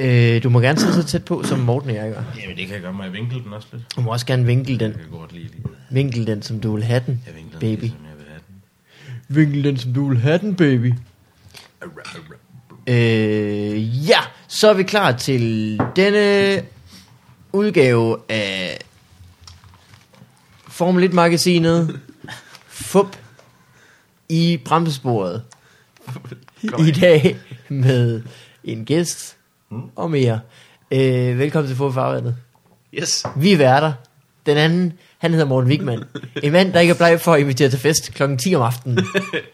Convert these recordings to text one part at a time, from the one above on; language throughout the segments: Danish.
Du må gerne sidde så tæt på, som Morten og jeg gør. Jamen, det kan jeg gøre mig. Jeg vinkle den også lidt. Du må også gerne vinkle den. Jeg kan godt lige. Vinkel den, som du vil have den, Jeg vinkler baby. den, ligesom jeg vil have den. Vinkel den, som du vil have den, baby. Ja, så er vi klar til denne udgave af Formel 1-magasinet Fup i bremsesporet. I dag med en gæst og mere. Velkommen til Fup i farvandet. Yes. Vi er værter. Den anden, han hedder Morten Wigman. En mand, der ikke er bleg for at invitere til fest kl. 10 om aftenen.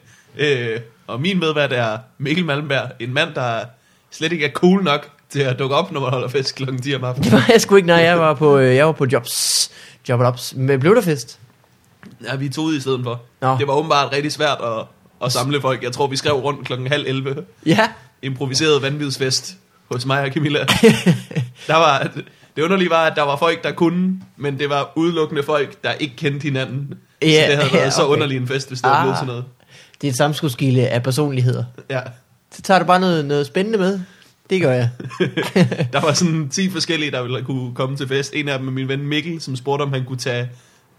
Og min medvært er Mikkel Malmberg. En mand, der slet ikke er cool nok til at dukke op, når man holder fest kl. 10 om aftenen. Det var jeg sgu ikke, nej. Jeg var på jobs. Men blev der fest? Ja, vi tog ud i stedet for. Nå. Det var åbenbart rigtig svært at samle folk. Jeg tror, vi skrev rundt kl. 10:30. Ja. Improviseret vanvidsfest hos mig og Camilla. Det underlige var, at der var folk, der kunne, men det var udelukkende folk, der ikke kendte hinanden. Så det havde været så underlig en fest, hvis det var blevet sådan noget. Det er et samskudskilde af personligheder. Ja. Så tager du bare noget spændende med. Det gør jeg. Der var sådan 10 forskellige, der ville kunne komme til fest. En af dem er min ven Mikkel, som spurgte, om han kunne tage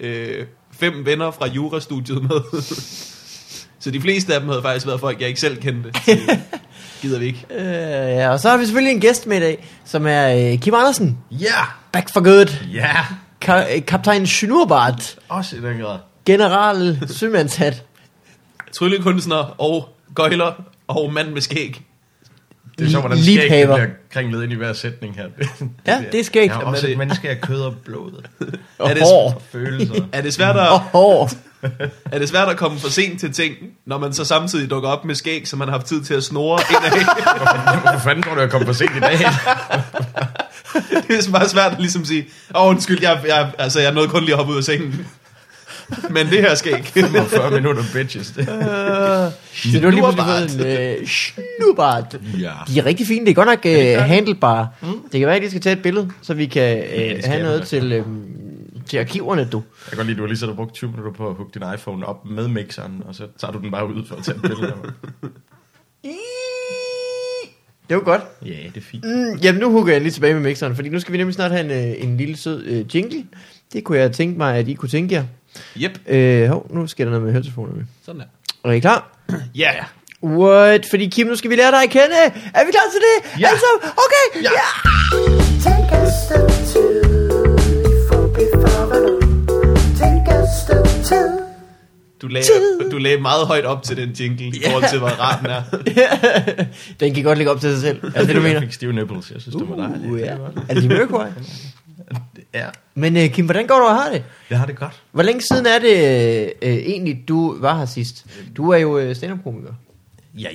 5 venner fra jurastudiet med. Så de fleste af dem havde faktisk været folk, jeg ikke selv kendte. Gider vi ikke. Ja, og så har vi selvfølgelig en gæst med i dag, som er Kim Andersen. Ja! Back for good. Ja! Kaptajn Schnurrbart. Også i den grad. General sømandshat. Tryllekunstner og gøjler og mand med skæg. Det er så, hvordan skæg bliver kringlet ind i hver sætning her. Ja, det er skæg. Jeg er også et menneske af kød og blod. Og hår. Følelser. Er det svært Er det svært at komme for sent til ting, når man så samtidig dukker op med skæg, så man har haft tid til at snore indad? Hvorfor fanden tror du, jeg kom for sent i dag? Det er bare svært at ligesom sige, undskyld, jeg nåede kun lige at hoppe ud af sengen. Men det her skæg. 45 minutter, bitches. Så du har lige pludselig fået en Schnurrbart. Ja. De er rigtig fine. Det er godt nok handlebare. Det kan være, at de skal tage et billede, så vi kan have noget til arkiverne, du. Jeg kan godt lide, du har lige så brugt 20 minutter på at hugge din iPhone op med mixeren, og så tager du den bare ud for at tage et billede af mig. Det var godt. Ja, det er fint. Jamen nu hugger jeg lige tilbage med mixeren, fordi nu skal vi nemlig snart have en lille sød jingle. Det kunne jeg tænke mig, at I kunne tænke jer. Yep. Nu sker der noget med høretelefonerne. Sådan der. Er I klar? Ja. What? Fordi Kim, nu skal vi lære dig at kende. Er vi klar til det? Ja. Altså, okay. Ja. Take a step two before take a step two. Du lagde meget højt op til den jingle, i forhold til, hvor rar den er. Den kan godt ligge op til sig selv. Er det, du mener? Jeg fik stive nipples, jeg synes, det var dejligt. Ja. Er det de mørkehøje? Ja. Men Kim, hvordan går du og har det? Jeg har det godt. Hvor længe siden er det egentlig, du var her sidst? Du er jo stand-up-komiker. Ja.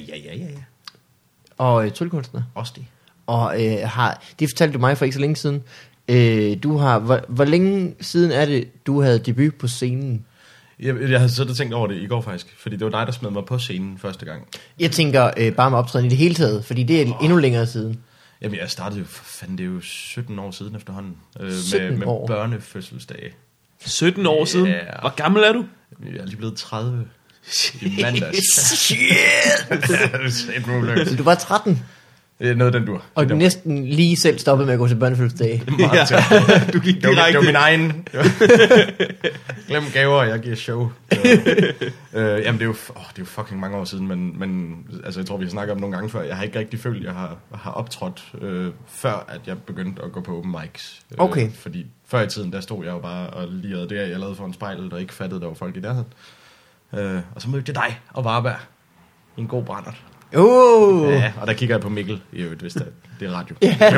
Og tryllekunstner. Også det. Og det fortalte du mig for ikke så længe siden. Du har, hvor længe siden er det, du havde debut på scenen? Jeg havde siddet og tænkt over det i går faktisk, fordi det var dig, der smed mig på scenen første gang. Jeg tænker bare med optræden i det hele taget, fordi det er endnu længere siden. Jamen, jeg startede jo, for fanden, det er jo 17 år siden efterhånden. 17 med år. børnefødselsdage. 17 år siden? Ja. Hvor gammel er du? Jeg er lige blevet 30 i mandags. Shit! Så Så du var 13, noget den dur. og du næsten lige selv stoppede med at gå til børnefødselsdag. Meget tæt. Du gik Det var direkte. min egen. Glem gaver, jeg giver show. Jamen, det er jo fucking mange år siden, men altså, jeg tror, vi har snakket om nogle gange før. Jeg har ikke rigtig følt, at jeg har optrådt, før at jeg begyndte at gå på open mics. Okay. Fordi før i tiden, der stod jeg jo bare og lirede det, jeg lavede foran spejlet, og ikke fattede, der var folk i nærheden. Og så mødte jeg dig og Varberg i en god brændert. Ja, og der kigger jeg på Mikkel, i øvrigt, hvis det er radio.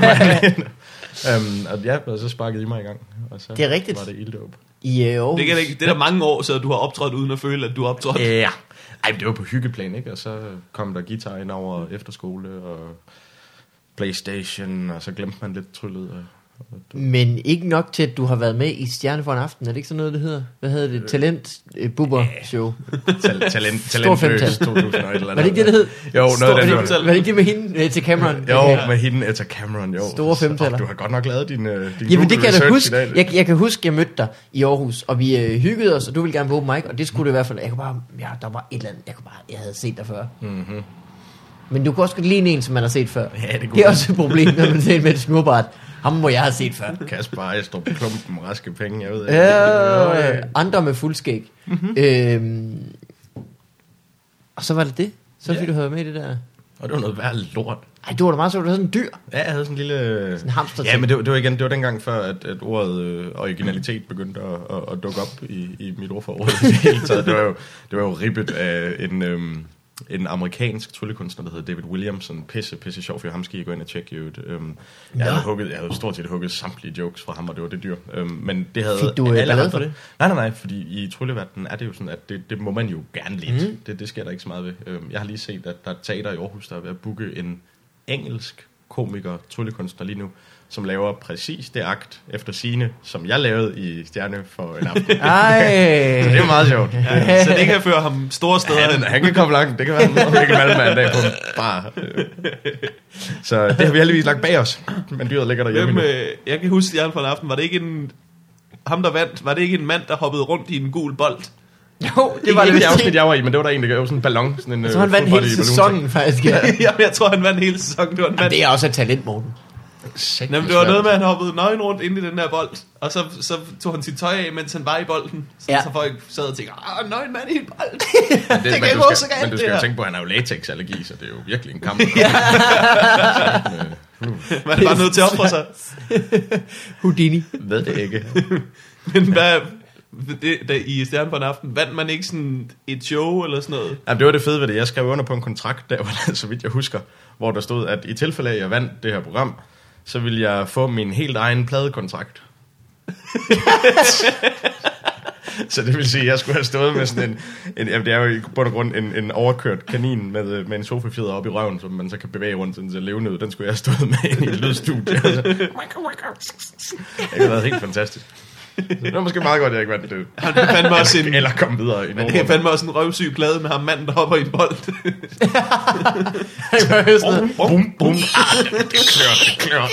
Og så sparkede I mig i gang, og så Det er rigtigt. var det ilddåb. Jo. Det er der mange år, så du har optrådt uden at føle, at du har optrådt. Ja. Ej, men det var på hyggeplan, ikke? Og så kom der guitar ind over efterskole og PlayStation, og så glemte man lidt tryllet. Men ikke nok til, at du har været med i Stjerne for en aften. Er det ikke sådan noget, det hedder? Hvad hedder det? Talent-bubber-show. Talentløs femtal. 2001 eller Var det ikke det, det hed? Jo, noget af den. Var det ikke det med hende til Cameron? Jo, med hende Etta Cameron, jo. Store femtaller. Du har godt nok lavet din Jamen det kan jeg da Google huske. research i dag. Jeg kan huske, jeg mødte dig i Aarhus, og vi hyggede os, og du ville gerne på open mic, og det skulle det i hvert fald. Jeg var et eller andet, jeg havde set dig før. Mm-hmm. Men du kan også godt ligne en, som man har set før. Ja, det Det er også et problem, når man ser en med et smørbart. Ham må jeg have set før. Kasper Ejstrup, klumpen, raske penge, jeg ved Ja, andre med fuldskæg. Og så var det. Så fik du høre med i det der. Og det var noget værd lort. Ej, du var da meget så, du havde sådan en dyr. Ja, jeg havde sådan en lille... Sådan en hamster. Ja, men det var dengang før, at ordet originalitet begyndte at dukke op i mit ordforråd. Det var jo ribbet af en amerikansk tryllekunstner, der hedder David Williamson. Pisse sjov, for ham skal I gå ind og tjekke. Jeg havde stort set hugget samtlige jokes fra ham, og det var det dyr. Men det havde... Fik du ballade for det? Nej, fordi i trylleverdenen er det jo sådan, at det må man jo gerne lidt. Det sker der ikke så meget ved. Jeg har lige set, at der er et teater i Aarhus, der er ved at booke en engelsk komiker, tryllekunstner lige nu, som laver præcis det akt efter sigende, som jeg lavede i Stjerne for en aften. Ej. Så det er meget sjovt. Ja, så det kan føre ham store steder. Han kan komme langt. Det kan være, at Mikkel Malmberg en dag på bar. Så det har vi heldigvis lagt bag os. Men dyret ligger derhjemme. Jeg kan huske Stjerne for en aften. Var det ikke ham der vandt? Var det ikke en mand, der hoppede rundt i en gul bold? Jo, det var ikke det det afsnit, vist. jeg var i, men det var der en, der gav sådan en ballon. Sådan en, Så han vandt hele sæsonen faktisk. Ja. Jamen, jeg tror han vandt hele sæsonen. Det var en mand. Det er også et talent, Morten. Jamen, det var noget med, at han hoppede nøgen rundt inde i den der bold, og så tog han sit tøj af, mens han var i bolden. Så folk sad og tænkte, nøgen mand i en bold. det kan ikke gå så galt. Men du skal jo tænke på, at han har jo latexallergi, så det er jo virkelig en kamp. Man er bare nødt til at opføre sig. Houdini. Ved det ikke. Men hvad... I Stjerne på en aften, vandt man ikke sådan et show eller sådan noget? Jamen, det var det fede ved det. Jeg skrev under på en kontrakt, der var så vidt jeg husker, hvor der stod, at i tilfælde af, at jeg vandt det her program, så ville jeg få min helt egen pladekontrakt. Så det vil sige, at jeg skulle have stået med sådan en det er jo i bund og grund en overkørt kanin med en sofafjeder op i røven, som man så kan bevæge rundt sådan til levende. Den skulle jeg have stået med ind i et lydstudie. Det har været helt fantastisk. Det var måske meget godt, at jeg ikke vandt det. Han fandme også eller kom videre i Norge. Det fandme også en røvsyg plade med ham manden, der hopper i en bold. Bum, bum. Det klør.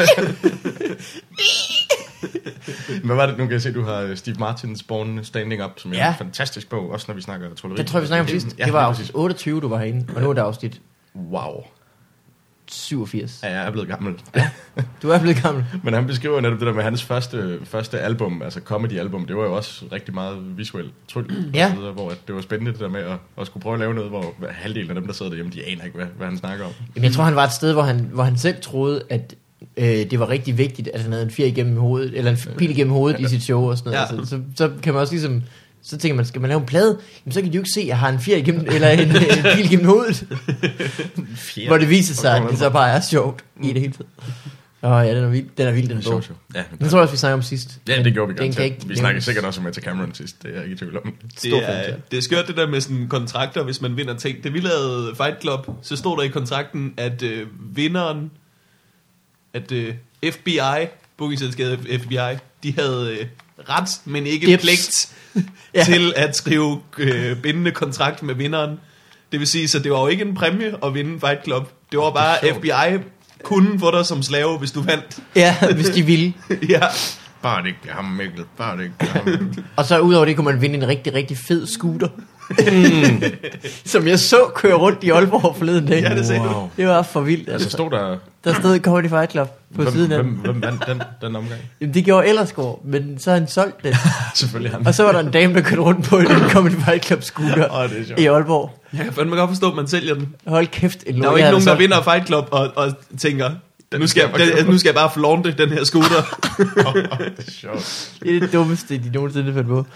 Hvad var det? Nu kan jeg se, at du har Steve Martins Born Standing Up, som er en fantastisk bog, også når vi snakker trolleri. Det tror jeg, vi snakker om sidst. Det var afsnit 28, du var herinde, og nu er det afsnit... Wow. 87. Ja, jeg er blevet gammel. Ja, du er blevet gammel. Men han beskriver netop det der med hans første album, altså comedy-album, det var jo også rigtig meget visuelt tryl, hvor det var spændende det der med at skulle prøve at lave noget, hvor halvdelen af dem, der sidder derhjemme, de aner ikke, hvad han snakker om. Jamen, jeg tror, han var et sted, hvor han selv troede, at det var rigtig vigtigt, at han havde en fjer igennem hovedet, eller en pil igennem hovedet i sit show og sådan noget. Ja. Altså, så kan man også ligesom... Så tænker man, skal man lave en plade? Jamen, så kan de jo ikke se, at jeg har en fjer igennem, eller en pil igennem hovedet. Hvor det viser sig, at det så bare er sjovt i det hele taget. Ja, den er vild, den bog. Ja, den tror jeg også, vi snakkede om sidst. Ja, det gjorde vi godt. Vi snakkede sikkert også med til Cameron sidst, det er jeg ikke i tvivl om. Det er skørt det der med sådan kontrakter, hvis man vinder ting. Det vi lavede Fight Club, så stod der i kontrakten, at vinderen, at FBI, bookingselskabet FBI, de havde ret, men ikke pligt til at skrive bindende kontrakt med vinderen. Det vil sige, så det var jo ikke en præmie at vinde Fight Club. Det var bare FBI kunne få dig som slave, hvis du vandt. Ja, hvis de ville. Ja. Bare det ikke ham, Mikkel. Bare det ikke ham. Og så udover det kunne man vinde en rigtig, rigtig fed scooter. Som jeg så køre rundt i Aalborg forleden dag. Ja, det sagde du. Det var for vildt. Altså stod der... Der stod Comedy Fight Club på siden af den. Hvem vandt den omgang? Jamen, det gjorde Ellersgaard, men så har han solgt den. Selvfølgelig han. Og så var der en dame, der kørte rundt på en Comedy Fight Club scooter i Aalborg. Jeg kan fandme godt forstå, at man sælger den. Hold kæft. Der er jo ikke nogen, der vinder Fight Club og tænker... Nu skal jeg bare flaunte den her scooter. Det er sjovt. Det er det dummeste, de nogensinde fandt på.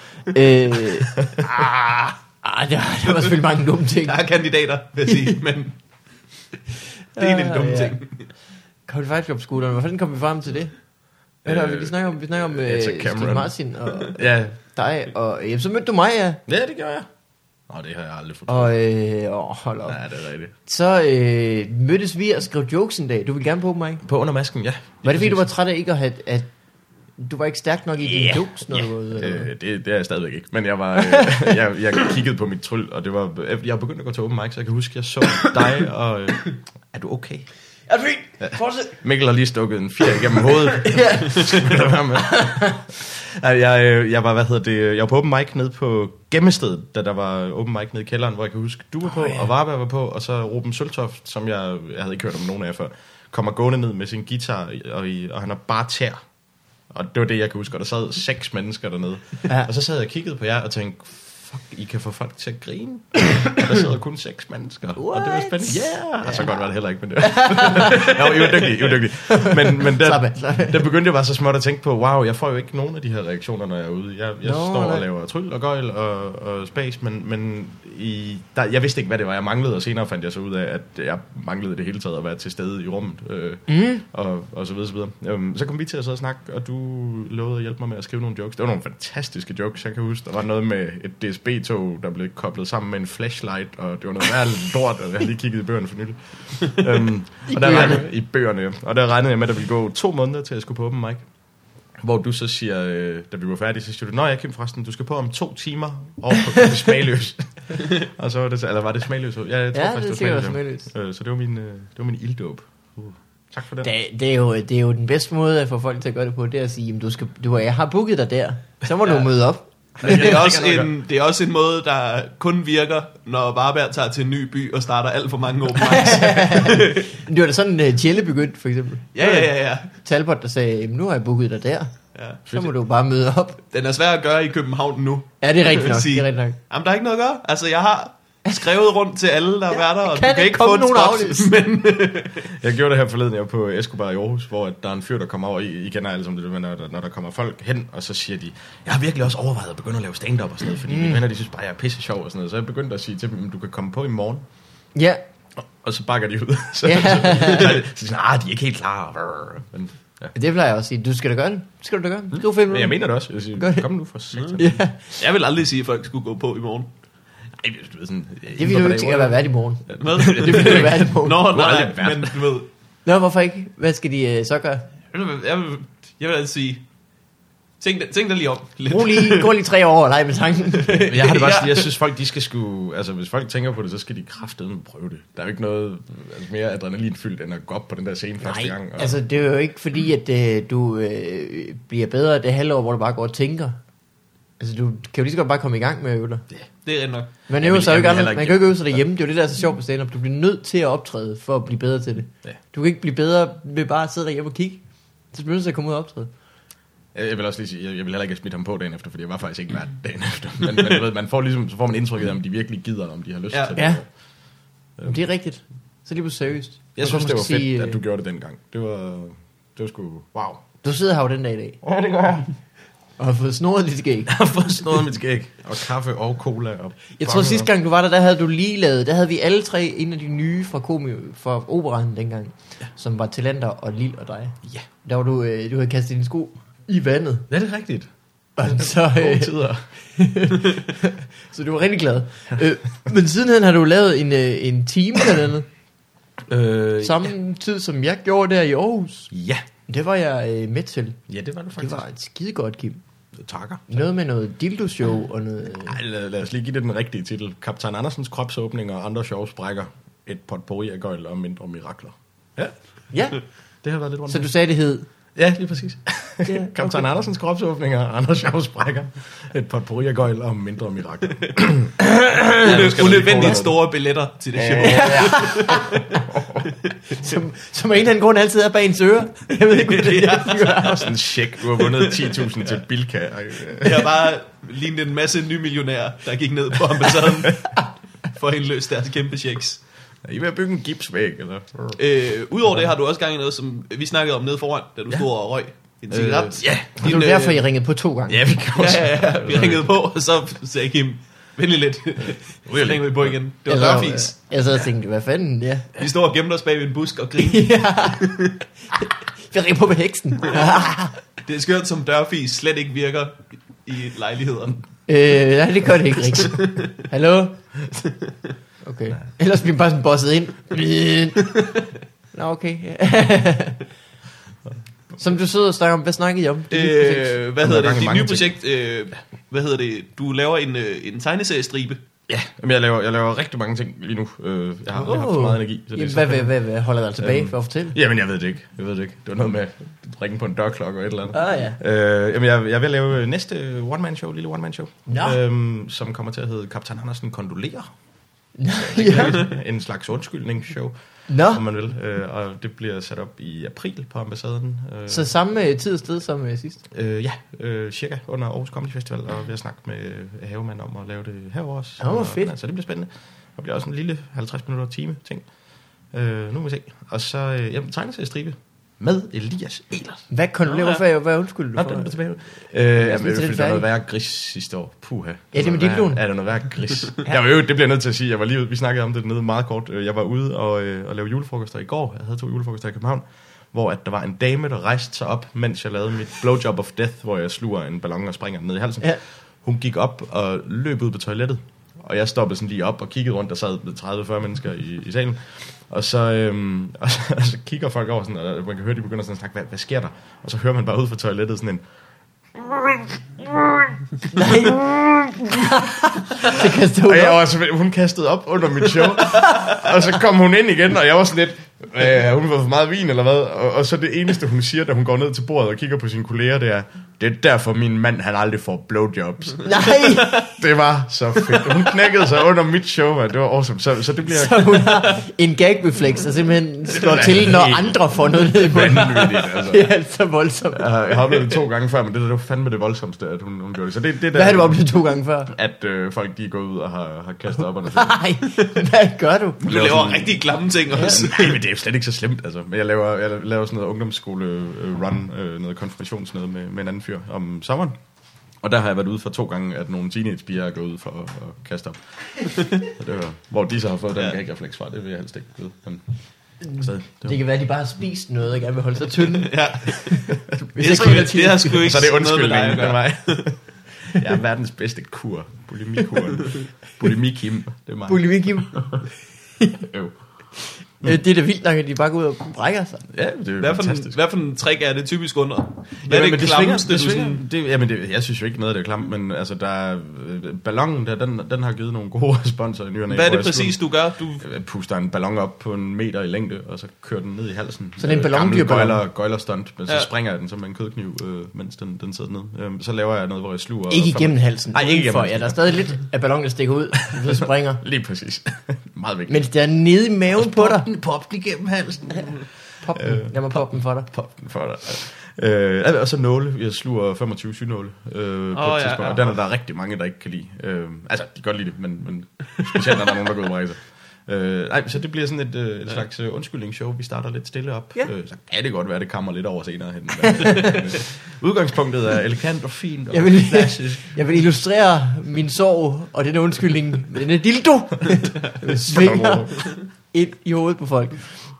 Der var selvfølgelig mange dumme ting. Der er kandidater, vil jeg sige, men det er en dumme ting. Comedy Fight Club scooteren, hvordan kom vi frem til det? Vi snakker om Steve Martin og dig, og så mødte du mig, ja. Ja, det gjorde jeg. Det har jeg aldrig fortalt. Hold op. Ja, det er rigtigt. Så mødtes vi og skrev jokes en dag. Du ville gerne på mig, ikke? På Under Masken, ja. Var det fordi, du var træt af ikke at have... At du var ikke stærk nok i dine jokes? Det er jeg stadigvæk ikke. Men jeg var... jeg kiggede på mit tryl, og det var... Jeg begyndte at gå til open mic, så jeg kan huske, jeg så dig, og... er du okay? Er du fint? Fortsæt. Mikkel har lige stukket en fjer igennem hovedet. Jeg var på open mic nede på Gemmestedet, da der var open mic nede i kælderen, hvor jeg kan huske, du var på, og Varberg var på, og så Ruben Søltoft, som jeg havde ikke hørt om nogen af jer før, kommer gående ned med sin guitar, og han har bare tær. Og det var det, jeg kan huske, og der sad 6 mennesker dernede. Ja. Og så sad jeg og kiggede på jer og tænkte, fuck, I kan få folk til at grine. Og der sidder kun 6 mennesker. What? Og det var spændende. Yeah. Og så godt var det heller ikke, men det var. I var dygtig. Men der begyndte jeg bare så småt at tænke på, wow, jeg får jo ikke nogen af de her reaktioner, når jeg er ude. Jeg står og laver tryl og gøjl og spas, men jeg vidste ikke, hvad det var, jeg manglede, og senere fandt jeg så ud af, at jeg manglede det hele taget at være til stede i rummet, og så videre, så videre. Så kom vi til at sidde og snakke, og du lovede at hjælpe mig med at skrive nogle jokes. Det var nogle fantastiske jokes, jeg kan huske. Der var noget med et DSB-tog, der blev koblet sammen med en flashlight, og det var noget værd lort, og jeg har lige kigget i bøgerne for nylig. I bøgerne. Og der regnede jeg med, at der ville gå 2 måneder til at skulle på open mic. Hvor du så siger, da vi var færdige, så siger du, nå, jeg Kim forresten, du skal på om 2 timer over på Smagløs. Og så var det, eller var det Smagløs? Ja, jeg tror faktisk, det var Smagløs. Så det var min ilddåb. Tak for det. Det er jo den bedste måde at få folk til at gøre det på, det er at sige, jeg har booket dig der, så må du møde op. Det er også en måde, der kun virker, når Varberg tager til en ny by og starter alt for mange open mics. Det var da sådan, Tjelle begyndte, for eksempel. Ja. Talbot, der sagde, nu har jeg booket dig der. Ja. Så må du bare møde op. Den er svær at gøre i København nu. Ja, det er rigtigt nok. Jamen, der er ikke noget at gøre. Altså, jeg har skrevet rundt til alle, der er værter, og kan du kan ikke få nogen aflyst. Men jeg gjorde det her forleden, jeg var på Escobar i Aarhus, hvor der er en fyr, der kommer over, I kender alle som det, når der kommer folk hen, og så siger de, jeg har virkelig også overvejet at begynde at lave stand-up og sådan noget, fordi mine venner, de synes bare, jeg er pisse sjov og sådan noget, så jeg begyndte at sige til dem, du kan komme på i morgen. Ja. Og så bakker de ud. så de er ikke helt klar. Men, ja. Det plejer jeg også sige. Du skal da gøre det. Skriv 5 minutter. Men jeg mener det også. Jeg siger, kom nu for satan. Ja. Jeg vil aldrig sige, at folk skulle gå på i morgen. Ej, du ved sådan, det ville du ikke tænke at være værd i morgen. Hvad? Det ville du være i morgen. Nej, men du ved. Nå, hvorfor ikke? Hvad skal de så gøre? Jeg vil altid sige, tænk dig lige om. Gå lige 3 år og lege med tanken. Jeg har det bare sådan, jeg synes folk, de skal altså hvis folk tænker på det, så skal de kraftedeme prøve det. Der er jo ikke noget mere adrenalinfyldt, end at gå op på den der scene første gang. Og altså det er jo ikke fordi, at du bliver bedre det halvår, hvor du bare går og tænker. Altså, du kan jo lige så godt bare komme i gang med at øve dig. Ja, det er rent nok. Man øver sig jo ikke andet. Man kan jo ikke øve sig derhjemme. Det er jo det, der er så sjovt på stand-up. Du bliver nødt til at optræde, for at blive bedre til det. Ja. Du kan ikke blive bedre ved bare at sidde derhjemme og kigge. Så bliver du nødt til at komme ud og optræde. Jeg vil også lige sige, jeg vil heller ikke have smidt ham på dagen efter, fordi jeg var faktisk ikke vært dagen efter. Men du ved, man får ligesom, så får man indtrykket af, om de virkelig gider, om de har lyst til det. Ja, det er rigtigt. Så lige på seriøst. Jeg synes, det var fedt, at du gjorde det dengang. Det var sgu, wow. Du sidder her jo den dag i dag. Ja, det gør jeg. Og har fået snoret lidt skæg. Jeg har fået snoret mit skæg. Og kaffe og cola. Og jeg tror sidste gang du var der havde du lige lavet, der havde vi alle 3 en af de nye fra operaen dengang, som var Talander og Lil og dig. Ja. Der var du havde kastet dine sko i vandet. Ja, det er rigtigt. Og så, så du var rigtig glad. Men sidenhen har du lavet en time eller andet. Samme tid som jeg gjorde der i Aarhus. Ja. Det var jeg med til. Ja, det var du faktisk. Det var et skidegodt, Kim. Takker. Noget med noget dildo-show og noget... Lad os lige give det den rigtige titel. Kaptajn Andersens kropsåbning og andre sjove sprækker. Et potpourri af gøjl og mindre mirakler. Ja. Det har været lidt rundt. Så du sagde, det hed... Ja, lige præcis. Yeah, Kaptajn Andersens kropsåbninger og andre sjove sprækker. Et potpourri af gøjl og mindre mirakler. Unødvendigt store billetter til det show. Som en eller anden grund altid er bag ens øre. Jeg ved ikke, hvad det er. Sådan en check. Du har vundet 10.000 til Bilka. Jeg har bare lignet en masse nye millionærer, der gik ned på ambassaden for at indløse deres kæmpe checks. Er I ved at bygge en gipsvæg, eller? Udover det har du også gang i noget, som vi snakkede om nede foran, da du stod og røg en cigaret. Ja. Og det var derfor, I ringede på 2 gange. Ja, vi gjorde vi ringede på, og så sagde Kim, venlig lidt. Så ringede vi på igen. Det var dørfis. Jeg så tænkte, hvad fanden, ja. Vi stod og gemte os bag ved en busk og grinede. Vi ringede på med heksen. Det er skørt, som dørfis slet ikke virker i lejligheder. Nej, det gør det ikke rigtigt. Hallo? Okay. Ellers bliver bare sådan bosset ind. Nå, okay. Som du sidder og snakker om, hvad snakker I om? Hvad hedder det? Dit nye projekt, hvad hedder det? Du laver en tegneseriestribe. Ja, men jeg laver rigtig mange ting lige nu. Jeg har haft for meget energi. Så det Jamen, hvad holder dig tilbage for at fortælle? Jamen, jeg ved det ikke. Det var noget med at ringe på en dørklokke og et eller andet. Ja. Jamen, jeg vil lave næste lille one-man-show, som kommer til at hedde Kaptajn Andersen kondolerer. En slags undskyldningsshow, om man vil. Og det bliver sat op i april på ambassaden. Så samme tid og sted som sidst? Cirka under Aarhus Comedy Festival, og vi har snakket med Havemand om at lave det herovre også. Fedt. Så det bliver spændende. Og bliver også en lille 50 minutter time ting. Nu må vi se. Og så tegneseriestribe med Elias Ehlers. Hvad kondolerer? Hvad undskylder du for? Den er tilbage. Der var noget værre gris sidste år. Puha. Ja, det med dikloen. Ja, der er noget værre gris. Det bliver jeg nødt til at sige. Jeg var lige ude, vi snakkede om det nede meget kort. Jeg var ude og lave julefrokoster i går. Jeg havde 2 julefrokoster i København, hvor at der var en dame, der rejste sig op, mens jeg lavede mit blowjob of death, hvor jeg sluger en ballon og springer den ned i halsen. Ja. Hun gik op og løb ud på toilettet, og jeg stoppede sådan lige op og kiggede rundt. Der sad 30-40 mennesker i salen. Og så kigger folk over sådan, og man kan høre, de begynder sådan at snakke, hvad sker der? Og så hører man bare ud fra toilettet sådan en... Nej. Det kastede hun kastede op under mit show, og så kom hun ind igen, og jeg var sådan lidt... hun har fået for meget vin eller hvad. Og så det eneste hun siger, da hun går ned til bordet og kigger på sine kolleger, det er derfor min mand, han aldrig får blowjobs. Nej. Det var så fedt. Hun knækkede sig under mit show, man. Det var awesome. Så det bliver... Så hun har en gag-reflex, der simpelthen slår til, når andre får noget ned i munden. Altså. Det er altså voldsomt. Jeg har oplevet det 2 gange før, men det var fandme det voldsomste, at hun gjorde det. Så det hvad har du oplevet 2 gange før? At folk, de er gået ud og har kastet op under sig. Nej, hvad gør du? Du laver rigtig klamme ting også. Ja, men det er jo slet ikke så slemt, altså. Men jeg laver sådan noget ungdomsskole-run, noget konfirmationsnøde med en anden fyr om sommeren. Og der har jeg været ude for 2 gange, at nogle teenagepiger er gået ud for at kaste op. Hvor de så har fået den gag-refleks fra, det vil jeg helst ikke vide. Det kan være, at de bare har spist noget, og gerne vil holde sig tynde. Ja. Hvis det har sgu ikke så det er undskyldning med med mig. Jeg er verdens bedste kur. Bulimikuren. Bulimikim. Det er mig. Bulimikim. Det er da vildt nok, at de bare går ud og brækker sig. Ja, det er fantastisk. Hvad for en trick er det typisk under? Hvad er det klammeste? Jeg synes jo ikke noget af det er klamt, men altså, der er ballonen der, den har givet nogle gode responser i nyerne. Hvad er det præcis, du gør? Du puster en ballon op på 1 meter i længde, og så kører den ned i halsen. Så det er en ballondyrballon? Gøjlerstunt, men så springer jeg den som en kødkniv, mens den sidder ned. Så laver jeg noget, hvor jeg sluger... Ikke igennem halsen? Nej, ikke igennem halsen. Ja, der er stadig lidt af ballonen, der stikker ud, så springer. Lige præcis. Meget vigtigt. Mens det er nede i maven på dig. Pop den igennem halsen. Pop den. Lad mig poppe den for dig. Pop den for dig. Og så nåle. Jeg sluger 25 synåle på et tidspunkt. Og den er der rigtig mange, der ikke kan lide. Altså, de kan godt lide det, men specielt når der er nogen, der går ud og brækker sig. Så det bliver sådan et slags undskyldningsshow. Vi starter lidt stille op. Så kan det godt være, det kommer lidt over senere hen. Udgangspunktet er elegant og fint og klassisk. Jeg vil illustrere min sorg og denne undskyldning med denne dildo. Svinger ind i hovedet på folk.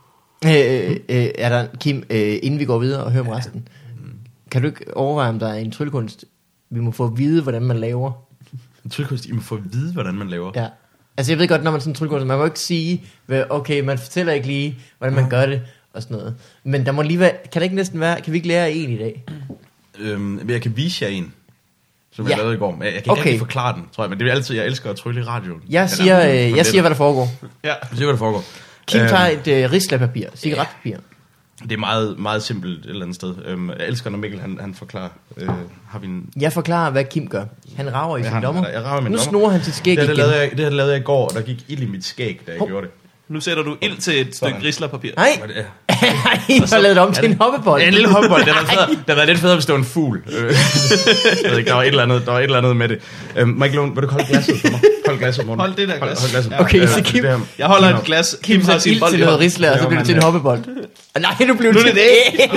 Er der, Kim, inden vi går videre og hører om resten, kan du ikke overveje, om der er en tryllekunst, vi må få at vide, hvordan man laver? En tryllekunst, I må få at vide, hvordan man laver? Ja. Altså jeg ved godt, når man sådan en tryllekunst, man må ikke sige, okay, man fortæller ikke lige, hvordan man gør det, og sådan noget. Men der må lige være, kan det ikke næsten være, kan vi ikke lære en i dag? Jeg kan vise jer en, som jeg lavede i går. Men jeg kan ikke rigtig forklare den, tror jeg. Men det er altid, jeg elsker at trylle i radioen. Jeg siger, hvad der foregår. Ja, jeg siger, hvad der foregår. Kim tager et rislapapir, cigaretpapir. Det er meget, meget simpelt et eller andet sted. Jeg elsker, når Mikkel han forklarer. Jeg forklarer, hvad Kim gør. Han rager i sin dommer. Jeg rager i min nu snurrer han sit skæg igen. Det lavede jeg i går, og der gik ild i mit skæg, da jeg gjorde det. Nu sætter du ild til et stykke rislapapir. Nej, jeg har lavet det om til en hoppebold. En lille hoppebold, det havde været lidt federe, hvis det var en fugl. Jeg ved ikke, der var et eller andet med det. Michael Lund, vil du holde glasset for mig? Hold glasset, morgen. Hold det der glas. Hold glasset. Okay, så Kim. Jeg holder et glas. Kim har sin bold til noget risla, og så bliver det til en hoppebold. Nej, nu blev det til det æg.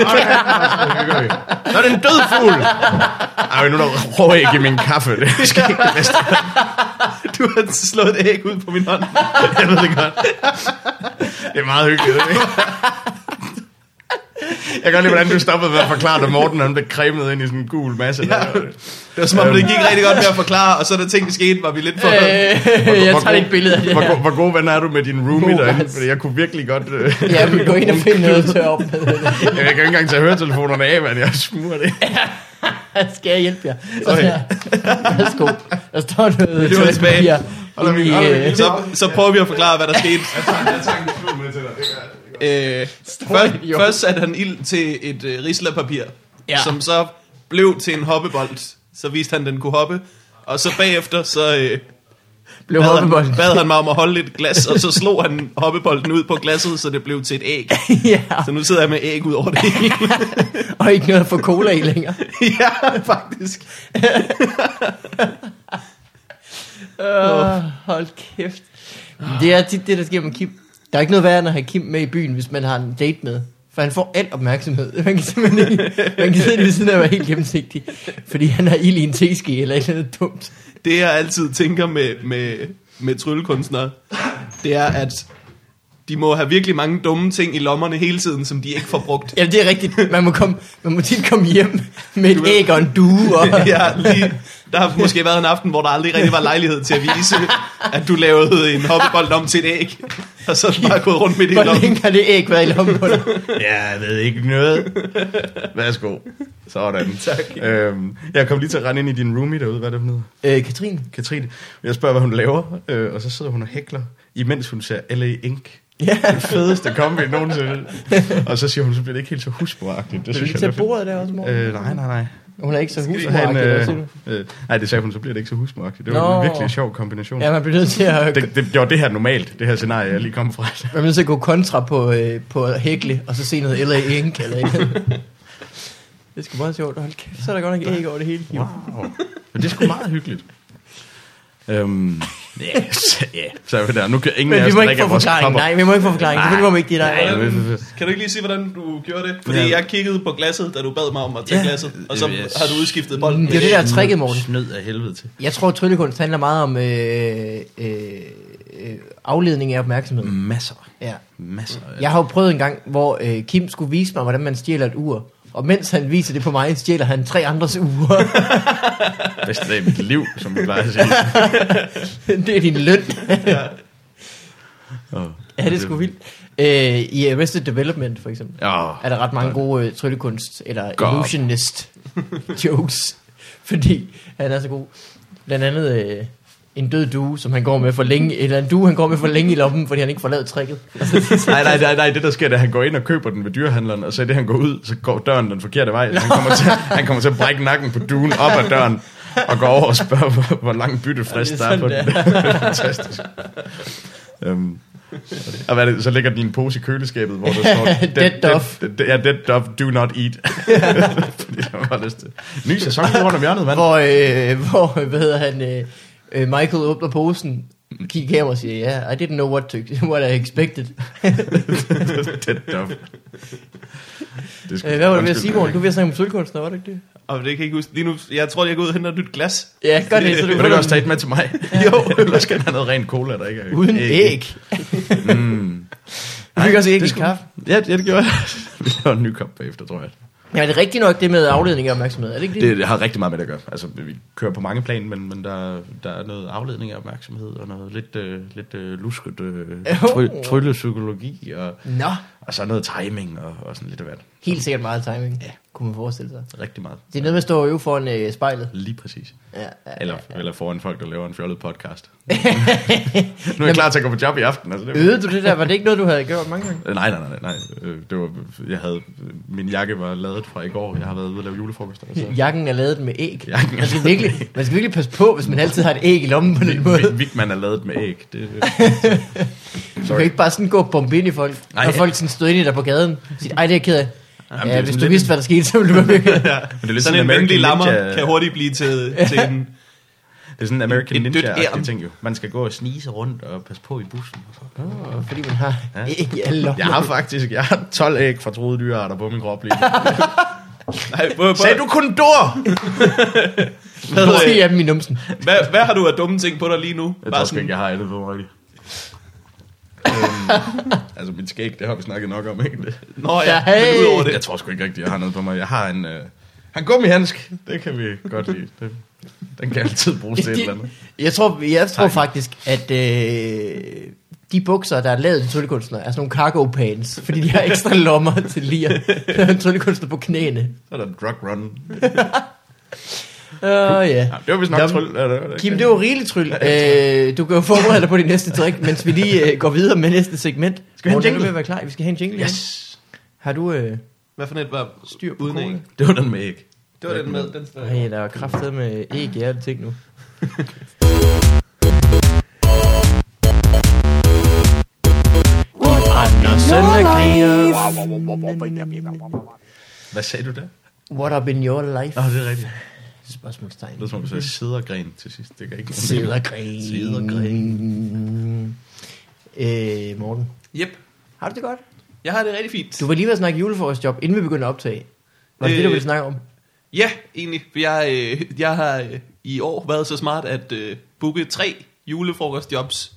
Så er det en død fugl. Ej, nu er der råæg i min kaffe. Det skal ikke det bedste. Du har slået et æg ud på min hånd. Jeg ved det godt. Det er meget hyggeligt, ikke? Jeg kan godt lide, hvordan du stoppede med at forklare, at Morten han blev cremet ind i sådan en gul masse. Ja. Det var som om, det gik rigtig godt med at forklare, og så da ting skete, var vi lidt for... Jeg tager et billede af det her. Hvor gode venner er du med din roomie derinde? Fordi jeg kunne virkelig godt... Jeg vil gå ind og finde noget at tørre op med. Jeg kan ikke engang tage høretelefonerne af, men jeg smurer det. Skal jeg hjælpe jer? Okay. Værsgo. Der står noget Det var tilbage. Så prøver vi at forklare, hvad der skete. Jeg tager en klud med til dig. Først satte han ild til et rislapapir, som så blev til en hoppebold. Så viste han, den kunne hoppe. Og så bagefter, så bad han mig om at holde et glas, og så slog han hoppebolden ud på glasset, så det blev til et æg. Ja. Så nu sidder jeg med æg ud over det hele. Og ikke noget at få cola i længere. Ja, faktisk. Hold kæft. Det er tit det, der sker med Kim. Der er ikke noget værre end at have Kim med i byen, hvis man har en date med. For han får alt opmærksomhed. Man kan simpelthen ikke, man kan sidde ved siden af at være helt gennemsigtig. Fordi han har ild i en teske eller et eller andet dumt. Det jeg altid tænker med tryllekunstnere, det er, at de må have virkelig mange dumme ting i lommerne hele tiden, som de ikke får brugt. Ja, det er rigtigt. Man må tit komme hjem med et æg og en due. Og Ja, lige, der har måske været en aften, hvor der aldrig rigtig var lejlighed til at vise, at du lavede en hoppebold om til et æg, og så bare gået rundt med det i hvor lommen. længe har det æg været i lommen på dig? Ja, jeg ved ikke noget. Værsgo. Sådan. Tak. Jeg kom lige til at rende ind i din roomie derude. Hvad er det, hun hedder? Katrine. Jeg spørger, hvad hun laver, og så sidder hun og hækler, imens hun ser L.A. Ink. Ja. Det fedeste kombi nogensinde. Og så siger hun, så bliver det ikke helt så husmoragtigt. Det synes jeg Til bordet der også, mor. Nej. Hun er ikke så Så husmoragtig, eller hvad siger du? nej, det sagde hun, så bliver det ikke så husmoragtigt. Det var en virkelig sjov kombination. Ja, man bliver nødt til at... Det gjorde det her normalt, det her scenarie, jeg lige kom fra. Man bliver nødt til at gå kontra på hækle, og så se noget L.A. Ink, eller et eller andet. Det er sgu meget sjovt. Hold kæft, så er der godt nok æg over det hele. Wow. Men det er sgu meget hyggeligt. Så er vi der. Nu kan ingen af Men vi os må ikke drikke få vores forklaring. kopper. Nej, vi må ikke få forklaring. Selvfølgelig må vi ikke det der. Kan du ikke lige sige, hvordan du gjorde det? Fordi jeg kiggede på glasset, da du bad mig om at tage glasset, og så har du udskiftet bolden. Det er det der tricket, Morten. Snød af helvede til. Jeg tror, at tryllekunst handler meget om afledning af opmærksomhed. Masser. Ja. Masser. Jeg har jo prøvet en gang, hvor Kim skulle vise mig, hvordan man stjæler et ur. Og mens han viser det på mig, stjæler han 3 andres ure. Bedste dag i mit liv, som vi plejer at sige. Det er din løn. Ja, Ja, det er sgu vildt. I Arrested Development, for eksempel, er der ret mange gode tryllekunst, eller illusionist jokes. Fordi han er så god. Blandt andet en død due, som han går med for længe, eller en due, han går med for længe i lommen, fordi han ikke får lavet tricket. Nej, det der sker, det er, at han går ind og køber den ved dyrehandleren, og så det han går ud, så går døren den forkerte vej. Han kommer til at brække nakken på duen op ad døren, og går over og spørger, hvor lang byttefrist der er på den. Det er fantastisk. Og hvad er det, så ligger din pose i køleskabet, hvor der står Dead dove. Dead dove, do not eat. Fordi der var lyst til. Ny sæson rundt om hjørnet, mand. Hvor hvad hedder han, Michael åbner posen, kigger her og siger, I didn't know what I expected. Dead dove. Hvad var det ved at sige, Morten? Du er ved at snakke om tryllekunstner, var det ikke det? Og det kan jeg ikke huske. Lige nu, jeg tror, jeg går ud og henter et nyt glas. Ja, gør det. Så Vil du også tage et med til mig? Jo, jeg skal have noget rent cola, der ikke er uden æg. Du fik også æg i kaffe. Ja, det gjorde jeg. Vi har en ny kop bagefter, tror jeg. Ja, det er rigtigt nok det med afledning af opmærksomhed, er det ikke det? Det har rigtig meget med det at gøre. Altså, vi kører på mange plan, men der er noget afledning af opmærksomhed, og noget lidt lusket tryllepsykologi, og så noget timing, og sådan lidt af hvert. Helt sikkert meget timing, kunne man forestille sig. Rigtig meget. Det er noget med at stå og øve foran spejlet. Lige præcis. Ja. Eller foran folk, der laver en fjollet podcast. Nu er jeg klar til at gå på job i aften. Altså, øvede du det der? Var det ikke noget, du havde gjort mange gange? Nej. Det var, min jakke var lavet fra i går. Jeg har været ude at lave julefrokoster. Så. Jakken er lavet med æg. Man skal virkelig passe på, hvis man altid har et æg i lommen på den måde. Vigman er lavet med æg. Du kan ikke bare sådan gå og bombe ind i folk. Når folk sådan stod ind i dig på gaden. Siger, ej, det er jeg ked af. Jamen, ja, hvis du vidste, hvad der skete, så ville du være virkelig. Men det er lidt sådan en venlig lammer kan hurtigt blive til en... Det er sådan en American Ninja-agtig ting jo. Man skal gå og snige sig rundt og passe på i bussen. Fordi man har æg i alle lommer. Jeg har 12 æg fra truede dyrearter på min krop lige. Sagde du kun dår? Hvad er dem i numsen? Hvad har du af dumme ting på dig lige nu? Jeg tror sgu ikke, jeg har andet på mig rigtigt. Altså mit skæg, det har vi snakket nok om, ikke? Nå ja, men udover det. Jeg tror sgu ikke rigtigt, jeg har noget på mig. Jeg har en gummihandsk. Det kan vi godt lide. Den kan altid bruges til et eller andet. Jeg tror faktisk, at de bukser, der er lavet til tryllekunstnere, er sådan nogle cargo pants, fordi de har ekstra lommer til lige at tryllekunstner på knæene. Så er der drug run. Ja. Ja, det var vist nok Nå, tryl. Kim, det var rigeligt tryl. Du kan jo forberede dig på de næste trick, mens vi lige går videre med næste segment. Skal vi have en Morten, er du jingle? ved at være klar? Vi skal have en jingle. Yes. Har du Hvad for net var styr på uden æg? cola? Det var den med æg. Det var den med. Den står Nej, der er kraftet med æg i alle ting nu. Hvad sagde du der? What up in your life? Det er rigtigt. Spørgsmålstegn. Det er som om du sagde sidergren til sidst. Det kan ikke Sidergren. Sidergren. Morten, Yep. har du det godt? Jeg har det rigtig fint. Du var lige ved at snakke julefrokostjob, inden vi begyndte at optage. Var det det, du ville snakke om? Ja, egentlig. For jeg har i år været så smart at booke 3 julefrokostjobs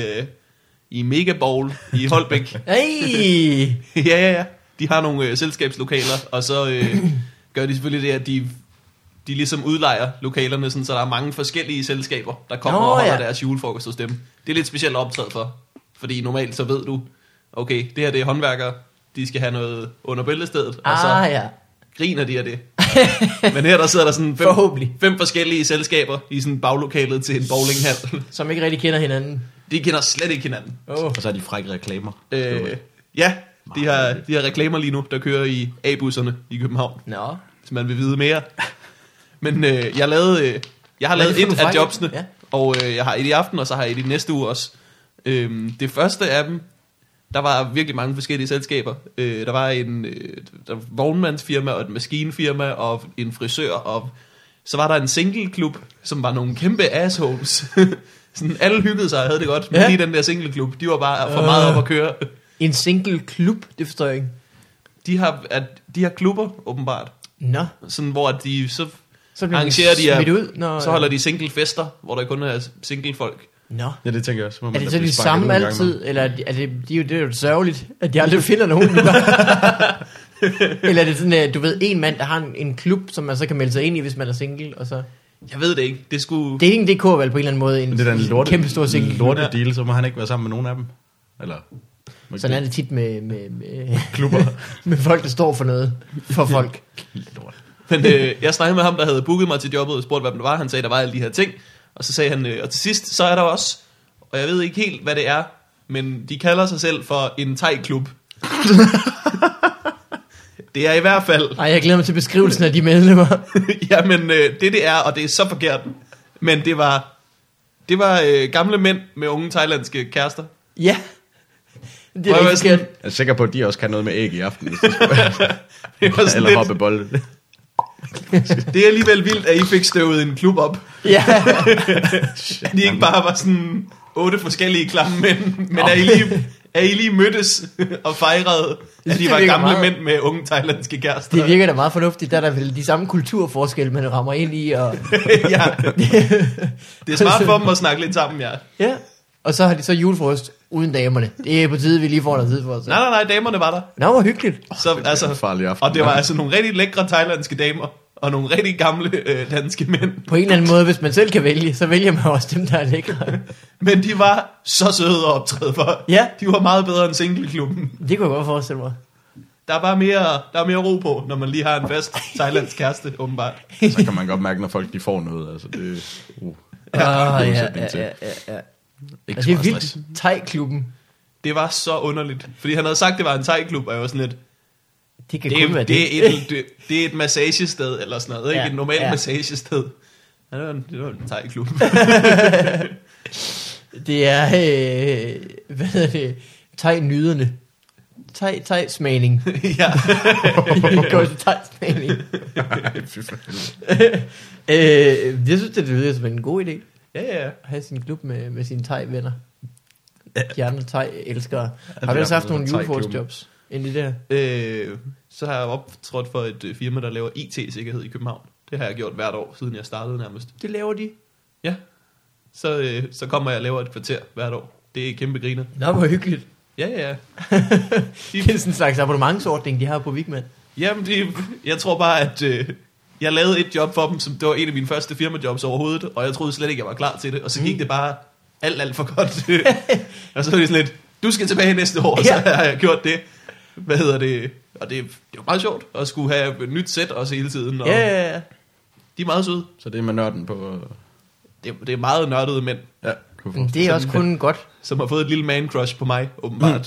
i Mega Bowl i Holbæk. Hey! Ja. De har nogle selskabslokaler, og så gør de selvfølgelig det, at de ligesom udlejer lokalerne, sådan, så der er mange forskellige selskaber, der kommer og holder deres julefrokost hos dem. Det er lidt specielt optaget for, fordi normalt så ved du, okay, det her det er håndværkere, de skal have noget under bæltestedet, og så griner de af det. Men her der sidder der sådan 5 forskellige selskaber i sådan baglokalet til en bowlinghal. Som ikke rigtig kender hinanden. De kender slet ikke hinanden. Og så er de frække reklamer. Ja, de har reklamer lige nu, der kører i A-busserne i København. Nå. Hvis man vil vide mere. Men jeg har lavet et af jobsene, ja. Og jeg har et i aften, og så har jeg et i næste uge også. Det første af dem, der var virkelig mange forskellige selskaber. Der var en vognmandsfirma, og et maskinfirma, og en frisør, og så var der en singleklub, som var nogle kæmpe assholes. Sådan, alle hyggede sig og havde det godt, men lige den der singleklub, de var bare for meget op at køre. En single klub, det forstår jeg ikke. De har klubber, åbenbart. Nå. Sådan, hvor de så arrangerer de ud, så holder de single fester, hvor der kun er single folk. Nå. Ja, det tænker jeg også. Er det så de samme altid, eller er det er jo sørgeligt, at de aldrig finder nogen? Eller er det sådan, at du ved, en mand, der har en klub, som man så kan melde sig ind i, hvis man er single, og så... Jeg ved det ikke. Det er ikke en DK-valg på en eller anden måde, en kæmpe stor single. Lorte deal, så må han ikke være sammen med nogen af dem. Eller... Sådan er det tit med klubber. Med folk, der står for noget. For folk. Men jeg snakkede med ham, der havde booket mig til jobbet, og spurgte, hvad det var. Han sagde, der var alle de her ting. Og så sagde han, og til sidst, så er der også, og jeg ved ikke helt, hvad det er, men de kalder sig selv for en thai-klub. Det er i hvert fald... Ej, jeg glæder mig til beskrivelsen af de medlemmer. Jamen, det er, og det er så forkert. Men det var gamle mænd med unge thailandske kærester. Ja. Det er ikke sådan, jeg er sikker på, at de også kan noget med æg i aften, hvis det skulle være. Eller hoppe bolde. Det er alligevel vildt, at I fik støvet en klub op. Ja. De ikke bare var sådan 8 forskellige klamme mænd, men er I lige mødtes og fejrede, at de var gamle mænd med unge thailandske kærester. Det virker da meget fornuftigt. Der er der vel de samme kulturforskelle, man rammer ind i. Og... Ja. Det er smart for dem at snakke lidt sammen, ja. Ja. Og så har de så julefrokost uden damerne. Det er på tide, vi lige får noget tid for os. Nej, damerne var der. Nå, hvor hyggeligt. Så, altså, og det var altså nogle rigtig lækre thailandske damer, og nogle rigtig gamle danske mænd. På en eller anden måde, hvis man selv kan vælge, så vælger man også dem, der er lækre. Men de var så søde at optræde for. Ja. De var meget bedre end singleklubben. Det kunne jeg godt forestille mig. Der er bare mere ro på, når man lige har en fast thailandsk kæreste, åbenbart. Så kan man godt mærke, når folk de får noget. Altså, det ja. Altså, det er vildt. Thai-klubben. Det var så underligt. Fordi han havde sagt, det var en thai-klub, og jeg var sådan lidt... Det kan kun være det. Det er et massagested, eller sådan noget. Ikke et normalt massagested. Ja, det var en thai-klub. Det er... hvad hedder det? Thai-nyderne. Thai-smagning. Ja. Det går til thai-smagning. Jeg synes, det lyder som en god idé. Ja. At have sin klub med sine thai-venner. De andre thai-elskere. Har du ellers haft nogle julefrokostjobs ind i det her? Så har jeg optrådt for et firma, der laver IT-sikkerhed i København. Det har jeg gjort hvert år, siden jeg startede nærmest. Det laver de? Ja. Så kommer jeg og laver et kvarter hvert år. Det er kæmpe griner. Nå, hvor hyggeligt. Ja. Det er sådan en slags abonnementsordning, de har på Vigman. Jamen, jeg tror bare, at jeg lavede et job for dem, som det var en af mine første firmajobs overhovedet, og jeg troede slet ikke, jeg var klar til det, og så gik det bare alt for godt. Og så var det sådan lidt, du skal tilbage næste år, og så har jeg gjort det. Og det var meget sjovt at skulle have et nyt sæt også hele tiden. Og Ja. De er meget søde. Så det er med nørden på... Det er meget nørdede mænd, Ja, Men det er også kun godt. som har fået et lille man-crush på mig, åbenbart.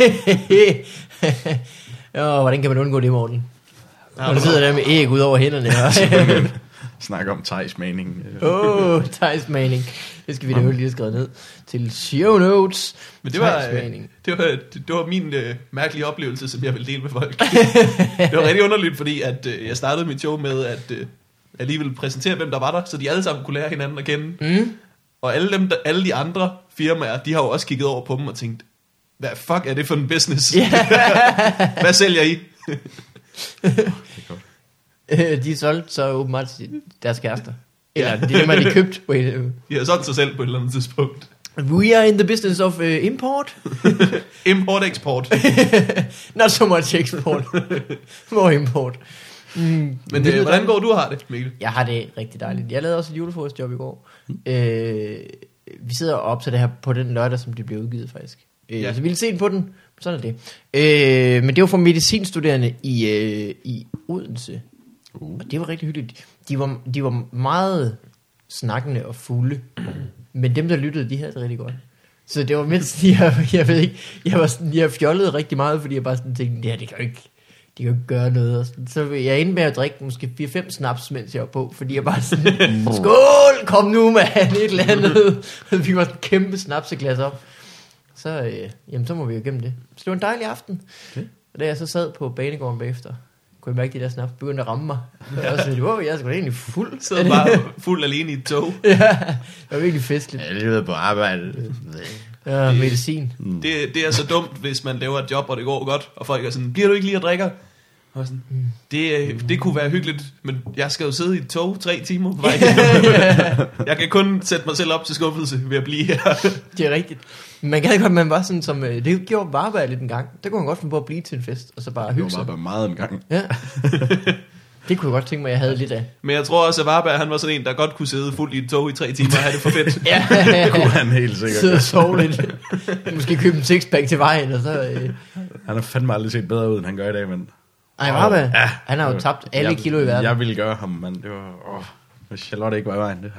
Hvordan kan man undgå det, Morten? Når du sidder der med æg ud over hænderne. Snakker om Theis Manning. Theis Manning. Det skal vi da jo lige have skrevet ned til show notes. Men det var min mærkelige oplevelse, som jeg vil dele med folk. Det var rigtig underligt, fordi at, jeg startede mit show med at alligevel præsentere, hvem der var der, så de alle sammen kunne lære hinanden at kende. Mm. Og alle de andre firmaer, de har jo også kigget over på dem og tænkt, hvad fuck er det for en business? Hvad sælger I? De solgte så åbenbart deres kærester. Eller det er de købt. De har solgt sig selv på et eller andet tidspunkt. We are in the business of import. Import-export. Not so much export. More import. Men hvordan går du har det, Mikkel? Jeg har det rigtig dejligt. Jeg lavede også et julefrokostjob i går. Vi sidder og optager det her på den lørdag, som det blev udgivet faktisk. Så vi vil se på den. Sådan er det. Men det var for medicinstuderende i Odense. Og det var rigtig hyggeligt. De var meget snakkende og fulde. Men dem, der lyttede, de havde det rigtig godt. Så det var mindst, jeg ved ikke, jeg fjollede rigtig meget, fordi jeg bare sådan tænkte, ja, det kan jo ikke gøre noget. Og sådan. Så jeg endte med at drikke måske 4-5 snaps, mens jeg var på, fordi jeg bare sådan, skål, kom nu med et eller andet. Og vi var sådan en kæmpe snapseglas op. Så, så må vi jo igennem det. Så det var en dejlig aften. Okay. Og da jeg så sad på banegården bagefter, kunne jeg mærke, de der snaps begyndte at ramme mig. Og jeg var sådan, wow, jeg er sgu da egentlig fuld. Så bare fuld alene i et tog. Ja, det var virkelig festligt. Ja, det er på arbejde. Ja, medicin. Det er så dumt, hvis man laver et job, og det går godt, og folk er sådan, bliver du ikke lige at drikke? Og sådan, det kunne være hyggeligt, men jeg skal jo sidde i et tog 3 timer på vej. Jeg kan kun sætte mig selv op til skuffelse ved at blive her. Det er rigtigt. Man kan ikke godt, man var sådan som, det gjorde Varberg lidt en gang. Der kunne man godt finde på at blive til en fest, og så bare hygge sig. Det var bare meget en gang. Ja. Det kunne jeg godt tænke mig, jeg havde lidt af. Men jeg tror også, at Varberg, han var sådan en, der godt kunne sidde fuldt i et tog i 3 timer og have det for fedt. Ja, det kunne han helt sikkert. Sidde og sove lidt. Måske købe en sixpack til vejen, og så... Han har fandme aldrig set bedre ud, end han gør i dag, men... Ej, Varberg, ja, han har jo tabt alle kilo i verden. Jeg ville gøre ham, men det var... hvis Charlotte ikke var i vejen, det...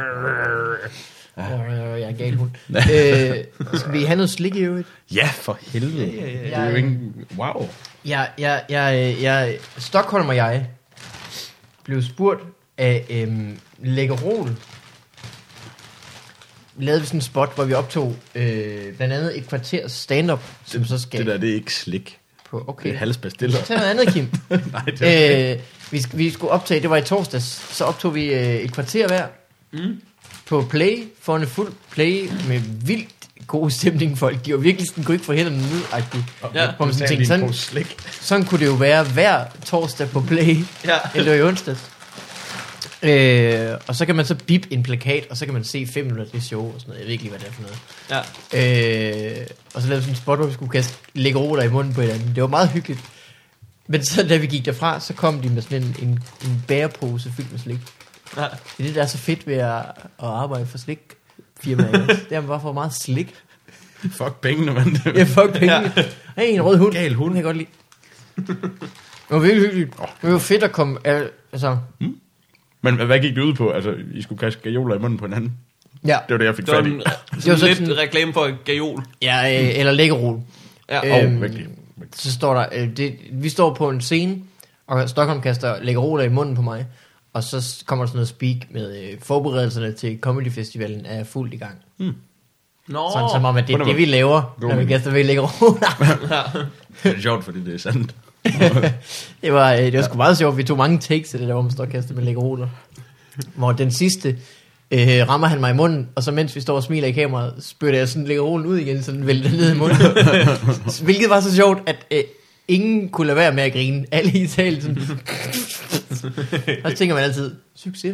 Jeg er gal hund. Skal vi have noget slik i øvrigt? Ja, for helvede. Det er jo ingen... Wow. Stockholm og jeg blev spurgt af Lækkerol. Lavede vi sådan en spot, hvor vi optog blandt andet et kvarters stand-up, som så skal... Det er ikke slik. Okay. Det er halsbastiller. Så tag noget andet, Kim. Nej, det vi skulle optage, det var i torsdags, så optog vi et kvarter hver på Play, foran en fuld Play med vildt god stemning. Folk, de var virkelig sådan, kunne ikke få hænderne ned-agtigt. Ja, sådan kunne det jo være hver torsdag på Play, eller i onsdags. Og så kan man så bip en plakat, og så kan man se 5 minutter af det show og sådan noget. Jeg ved ikke lige, hvad det er for noget. Ja. Og så lavede vi sådan en spot, hvor vi skulle kaste Lækkeroler i munden på hinanden. Det var meget hyggeligt. Men så da vi gik derfra, så kom de med sådan en bærepose fyldt med slik. Ja. Det er det, der er så fedt ved at arbejde for slikfirmaer. Det er, man bare får meget slik. Fuck pengene, mand. Ja, fuck pengene. Ja. Hey, en rød hund. Gal hund. Det kan jeg godt lide. Det var virkelig hyggeligt. Det var fedt at komme... Altså... Men hvad gik det ud på? Altså, I skulle kaste gajoler i munden på hinanden? Ja. Det var det, jeg fik fat i. Det var lidt sådan, reklame for gajol. Ja, eller lækkerol. Ja. Virkelig. Så står der... vi står på en scene, og Stockholm kaster lækkeroler i munden på mig. Og så kommer der sådan noget speak med forberedelserne til Comedy Festivalen er fuldt i gang. Sådan som om, at det er det, vi laver, når vi kaster ved lækkeroler. Det er sjovt, fordi det er sandt. det var sgu meget sjovt. Vi tog mange takes af det der, hvor man står og kaster med lækkeroler. Hvor den sidste rammer han mig i munden, og så mens vi står og smiler i kameraet, spytter jeg sådan lækkerolen ud igen, så den vælter ned i munden. Hvilket var så sjovt, at ingen kunne lade være med at grine. Alle i salen sådan... Og så tænker man altid, succes.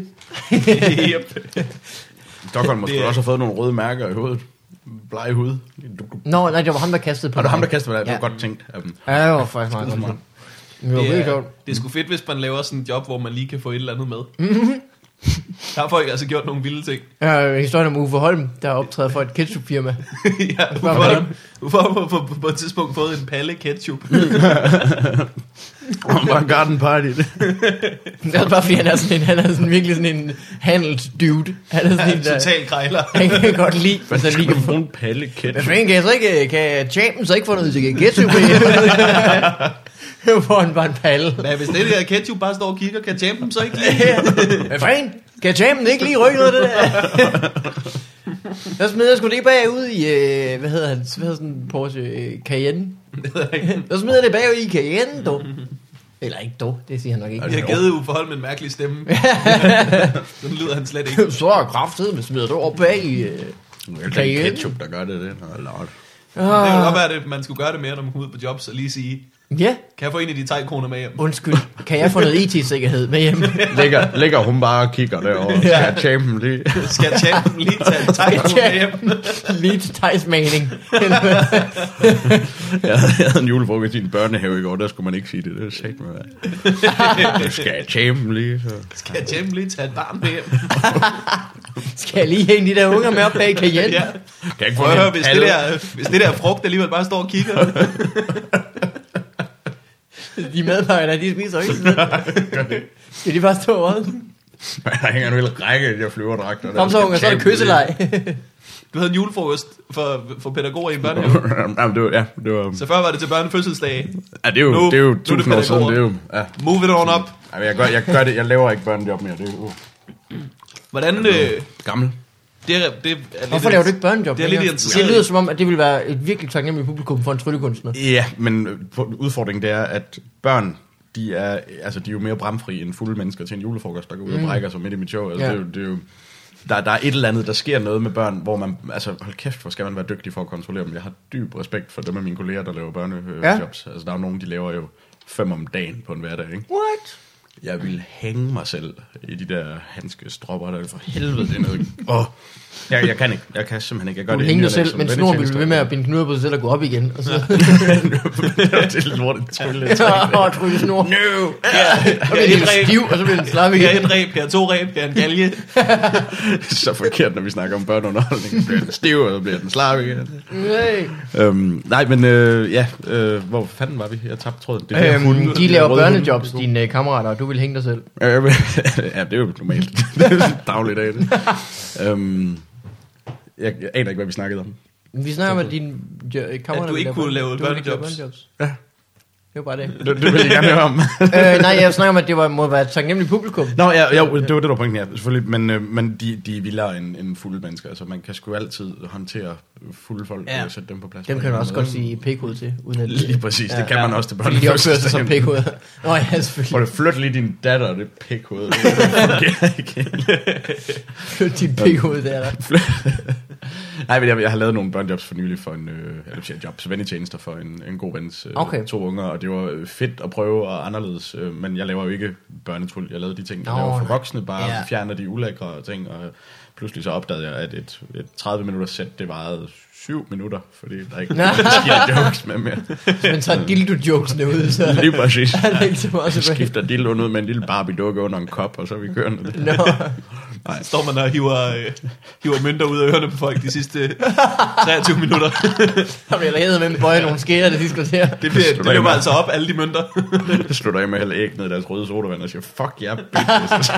Stockholm måske også have fået nogle røde mærker i hovedet. Blege hud. Nå, nej, det var ham, der kastede på mig. Det var ham, der kastede på dig. Det var godt tænkt af dem. Ja, det var faktisk meget godt. Det er sgu fedt, hvis man laver sådan en job, hvor man lige kan få et eller andet med. Der har folk altså gjort nogle vilde ting. Jeg har historien om Uffe Holm, der optræder for et ketchupfirma. Ja, Uffe Holm på et tidspunkt fået en palle ketchup. Bare garden party. Det er bare fordi, han er sådan virkelig sådan en handelsdude. Han er sådan en, der, Total krejler. han kan godt lide, hvis han lige kan få... en palle ketchup. Hvad fanden, kan champen så ikke få noget til ketchup? Nu får han bare en palle. Hvad, hvis det der ketchup bare står og kigger, kan champen så ikke lige? Hvad fanden? Kan champen ikke lige rykke noget af det der? Der smider jeg sgu det bagud i, hvad hedder sådan en Porsche Cayenne? Der smider det bagud i Cayenne, dog. Eller ikke dog, det siger han nok ikke. Jeg har givet Uffe Holm en mærkelig stemme. Den lyder han slet ikke. Så er kraftedet, men smider du over bag i Cayenne. Ketchup, der gør det er lort. Det kan godt være, at man skulle gøre det mere, når man kommer ud på jobs og lige sige, Ja, kan jeg få en af de tegkroner med hjem? undskyld. Kan jeg få noget IT-sikkerhed med hjem? Ligger hun bare og kigger derovre. Ja. Skal champen lige? Skal champen lige tage en tegkrone med hjem? Lige til tejsmaning. Jeg havde en julefrokost i en børnehave i går, der skulle man ikke sige det. Det er sagt med hvad. Skal champen lige? Så. Skal champen lige tage et barn med hjem? Skal jeg lige hænge de der unger med op bag Cayenne? Ja. Kan jeg ikke få Prøv at høre, en hvis palle? det der frugt alligevel bare står og kigger. De medarbejdere, de spiser ikke sådan. Skal de bare stå over? Der hænger en hel række af de her flyverdragter. Kom så, unger, så er det kysseleg. Du havde en julefrokost for pædagoger i en børnehave. Jamen, det var... Så før var det til børnefødselsdage. Ja, det er jo, Nu- det er jo nu er det 1000 år siden. pædagoger. Det er jo... Ja. Move it on up. Jamen, jeg gør det. Jeg laver ikke børnejob mere. Det er jo Hvordan... gammel. Det er lidt Hvorfor laver du ikke børnejob? Det er lidt længere? interessant. Det lyder som om, at det ville være et virkelig taknemmeligt publikum for en tryllekunstner. Ja, men udfordringen det er, at børn, de er jo mere bramfri end fulde mennesker til en julefrokost, der går ud og brækker sig midt i mit show. Altså, Ja. det er jo der er et eller andet, der sker noget med børn, hvor man, altså hold kæft, hvor skal man være dygtig for at kontrollere dem. Jeg har dyb respekt for dem af mine kolleger, der laver børnejobs. Ja. Altså der er jo nogen, de laver jo 5 om dagen på en hverdag, ikke? What? Jeg vil hænge mig selv i de der handskestropper, der for helvede, det er noget. Jeg kan ikke. Jeg kan simpelthen ikke. Jeg gør Du det hænger dig indvendigt selv, som men snoren vennetjeneste. bliver ved med at binde knuder på sig selv og gå op igen. Og så... Det er lidt lortet trylle. Åh, tryllesnor. No! Så bliver den stiv, og så bliver den slap Her er igen. et ræb, her er 2 ræb, her er en galge. Så forkert, når vi snakker om børneunderholdning. Bliver den stiv, og så bliver den slap igen. Nej. Nej, men hvor fanden var vi? Jeg tabte tråden. Det er De laver børnejobs, dine kammerater, og du vil hænge dig selv. Ja, det er jo normalt. Det er sådan en daglig dag, det. Jeg aner ikke, hvad vi snakkede om. Vi snakker om, at dine kammerater... At du ikke kunne lave børnejobs. Ja. Det var bare det. Det vil jeg gerne høre om. Nej, jeg snakker om, at det må være et taknemmeligt publikum. Nå, ja, det var det, der var pointen her, selvfølgelig. Men de er vildere end fulde mennesker. Altså, man kan sgu altid håndtere fulde folk og sætte dem på plads. Dem kan man også godt sige pækhoved til. Uden at Lige præcis, det kan man også til Fordi de opfører sig som børnefødselsdagen. pækhoved. Nå ja, selvfølgelig. Prøv at flytte lige din datter, det er pækhoved. Det fungerer ikke. Flyt din pækhoved der. Nej, men jeg har lavet nogle børnejobs for nylig for en vennetjenester for en god vens 2 unger, og det var fedt at prøve og anderledes, men jeg laver jo ikke børnetrul. Jeg lavede de ting, jeg laver for voksne, bare fjerner de ulækre ting, og pludselig så opdagede jeg, at et 30 minutters sæt, det varede 7 minutter, fordi der ikke sker jokes med mere. Men så dildo-jokesene ud, så Lige præcis. er det ikke så meget Jeg tilbage. skifter dildoen ud med en lille Barbie-dukke under en kop, og så er vi kørende. Nå, Står man og hiver mønter ud af ørerne på folk de sidste 23 minutter. har vi allerede med bøje nogle skærer, det sidste kvarter. Det løber altså op, alle de mønter. Så slutter jeg med at hælde æg ned i deres røde sodavand og siger, fuck ja, bitches.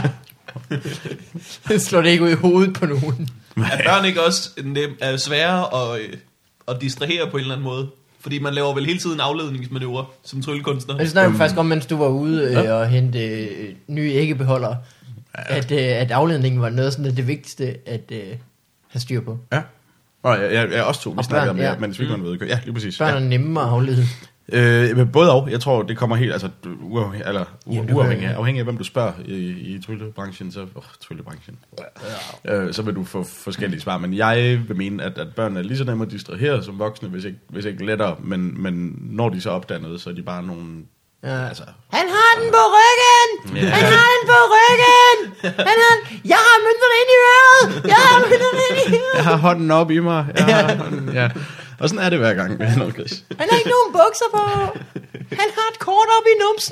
Det slår det ikke ud i hovedet på nogen. Er børn ikke også er svære at distrahere på en eller anden måde? Fordi man laver vel hele tiden afledningsmanøvrer som tryllekunstner. Og det snakker vi faktisk om, mens du var ude og hente nye æggebeholdere. At afledningen var noget sådan det vigtigste at have styr på. Ja. Og jeg også to, vi Og snakkede om børn, det, ja. mens vi kunne ved. Ja, lige præcis. Børn er nemme at aflede. Både og. Jeg tror, det kommer helt, altså uafhængig af, hvem du spørger i tryllebranchen, så tryllebranchen. Så vil du få forskellige svar, men jeg vil mene, at børn er lige så nemme at distrahere som voksne, hvis ikke lettere, men når de så opdager noget, så er de bare nogle... Ja. Altså, Han har den på ryggen! Ja. Han har den på ryggen! Jeg har mønterne ind i øret! Jeg har mønterne ind i Jeg har hånden op i mig. Ja. Og sådan er det hver gang, vi har noget gris. Han har ikke nogen bukser på. Han har et kort op i numsen.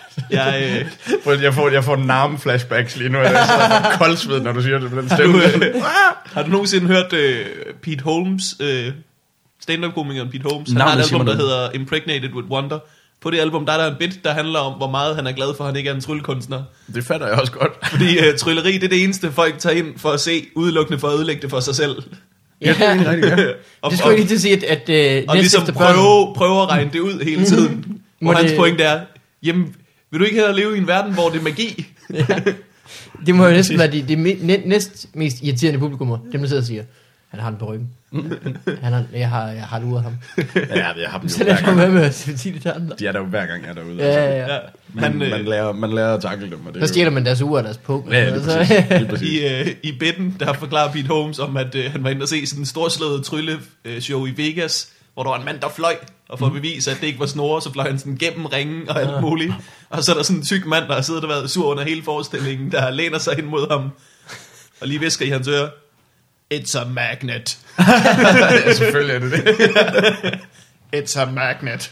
Jeg får narm-flashbacks lige nu. Jeg er koldsved, når du siger det på den stemme. Har du nogensinde hørt Pete Holmes, stand-up-komikeren Pete Holmes? Han har et album, der hedder Impregnated with Wonder. På det album, der er der en bit, der handler om, hvor meget han er glad for, at han ikke er en tryllekunstner. Det fatter jeg også godt. Fordi trylleri, det er det eneste, folk tager ind for at se, udelukkende for at ødelægge det for sig selv. Ja, det skulle jeg lige til at sige, at og ligesom prøve at regne det ud hele tiden. Hvor hans pointe er, jamen, vil du ikke hellere leve i en verden, hvor det er magi? Ja. Det må jo næsten være de næst mest irriterende publikummer, dem der sidder og siger, han har den på ryggen. Jeg har luret ham. Ja, jeg har dem jo hver gang. Med at sige det til andre. De er der jo hver gang, jeg er derude. Ja. Man lærer at takle dem. Så stjæler man deres ure og deres puk. Ja, det præcis. I bitten, der forklarer Pete Holmes om, at han var inde og se sådan en storslået trylleshow i Vegas, hvor der var en mand, der fløj, og for at bevise, at det ikke var snore, så fløj han sådan gennem ringen og alt muligt. Og så er der sådan en tyk mand, der har siddet og været sur under hele forestillingen, der læner sig ind mod ham, og lige visker i hans øre, "It's a magnet." Ja, selvfølgelig er det det. It's a magnet.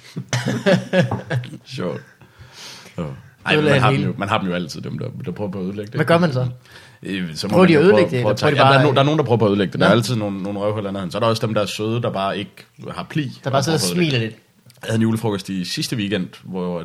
Sjovt. Ej, man har dem jo altid, dem der prøver på at ødelægge det. Hvad gør man så? Så prøver de at ødelægge det? Eller der er nogen, der prøver på at ødelægge det. Der er altid nogle røvhuller. Så er der også dem, der er søde, der bare ikke har pli. Der bare sidder og smiler lidt. Jeg havde en julefrokost i sidste weekend, hvor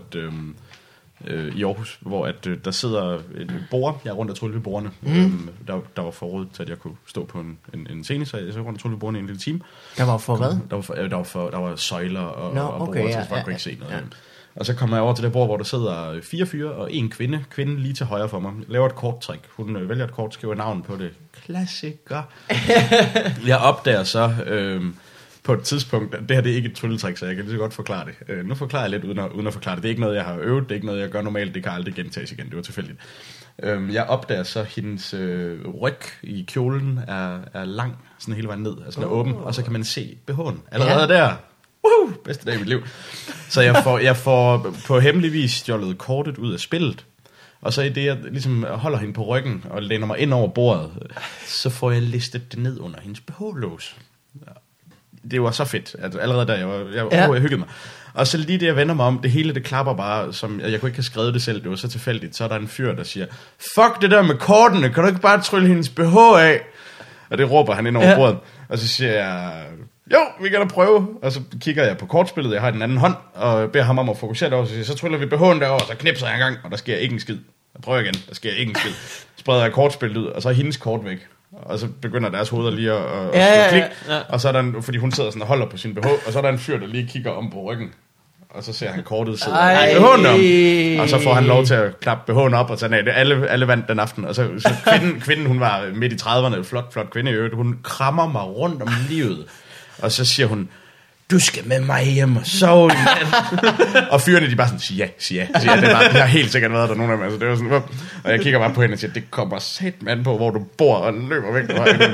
i Aarhus, hvor der sidder et bord. Jeg er rundt og trylle ved bordene. Der var forrådet til, at jeg kunne stå på en scene, så jeg så rundt og trylle ved bordene i en lille time. Der var for hvad? Der var søjler og bord, så folk kunne ikke se noget. Ja. Og så kommer jeg over til det bord, hvor der sidder 4 fyre og en kvinde. Kvinden lige til højre for mig. Laver et korttræk. Hun vælger et kort, skriver navn på det. Klassiker. Jeg opdager så på et tidspunkt, det her det er ikke et trylletræk, så jeg kan lige så godt forklare det. Nu forklarer jeg lidt uden at forklare det. Det er ikke noget, jeg har øvet. Det er ikke noget, jeg gør normalt. Det kan aldrig gentages igen. Det var tilfældigt. Jeg opdager så, hendes ryg i kjolen er lang, sådan hele vejen ned. Altså den er åben, og så kan man se BH'en allerede der. Bedste dag i mit liv. Så jeg får på hemmelig vis stjålet kortet ud af spillet. Og så i det, jeg ligesom holder hende på ryggen og læner mig ind over bordet, så får jeg listet det ned under hendes BH-lås. Det var så fedt, at allerede der, jeg hyggede mig. Og så lige det, jeg vender mig om, det hele, det klapper bare, som jeg kunne ikke have skrevet det selv, det var så tilfældigt. Så er der en fyr, der siger, fuck det der med kortene, kan du ikke bare trylle hendes BH af? Og det råber han ind over bordet. Og så siger jeg, jo, vi kan da prøve. Og så kigger jeg på kortspillet, jeg har den anden hånd, og beder ham om at fokusere derover. Så siger, så tryller vi BH'en derover, og så knipser jeg en gang, og der sker ikke en skid. Jeg prøver igen, der sker ikke en skid. Så spreder jeg kortspillet ud, og så er hendes kort væk. Og så begynder deres hoveder lige at klik. Og så er der fordi hun sidder sådan og holder på sin BH, og så er der en fyr, der lige kigger om på ryggen. Og så ser han kortet sidder BH'en om. Og så får han lov til at klappe BH'en op, og så det alle vandt den aften. Og så kvinden, hun var midt i 30'erne, flot kvinde i øvrigt, hun krammer mig rundt om livet. Og så siger hun, du skal med mig hjem og sove i nat. Og fyrene, de bare sådan, sig ja. Det har helt sikkert været der nogen af dem. Altså, det var sådan, og jeg kigger bare på hende og siger, det kommer satme på, hvor du bor, og løber væk.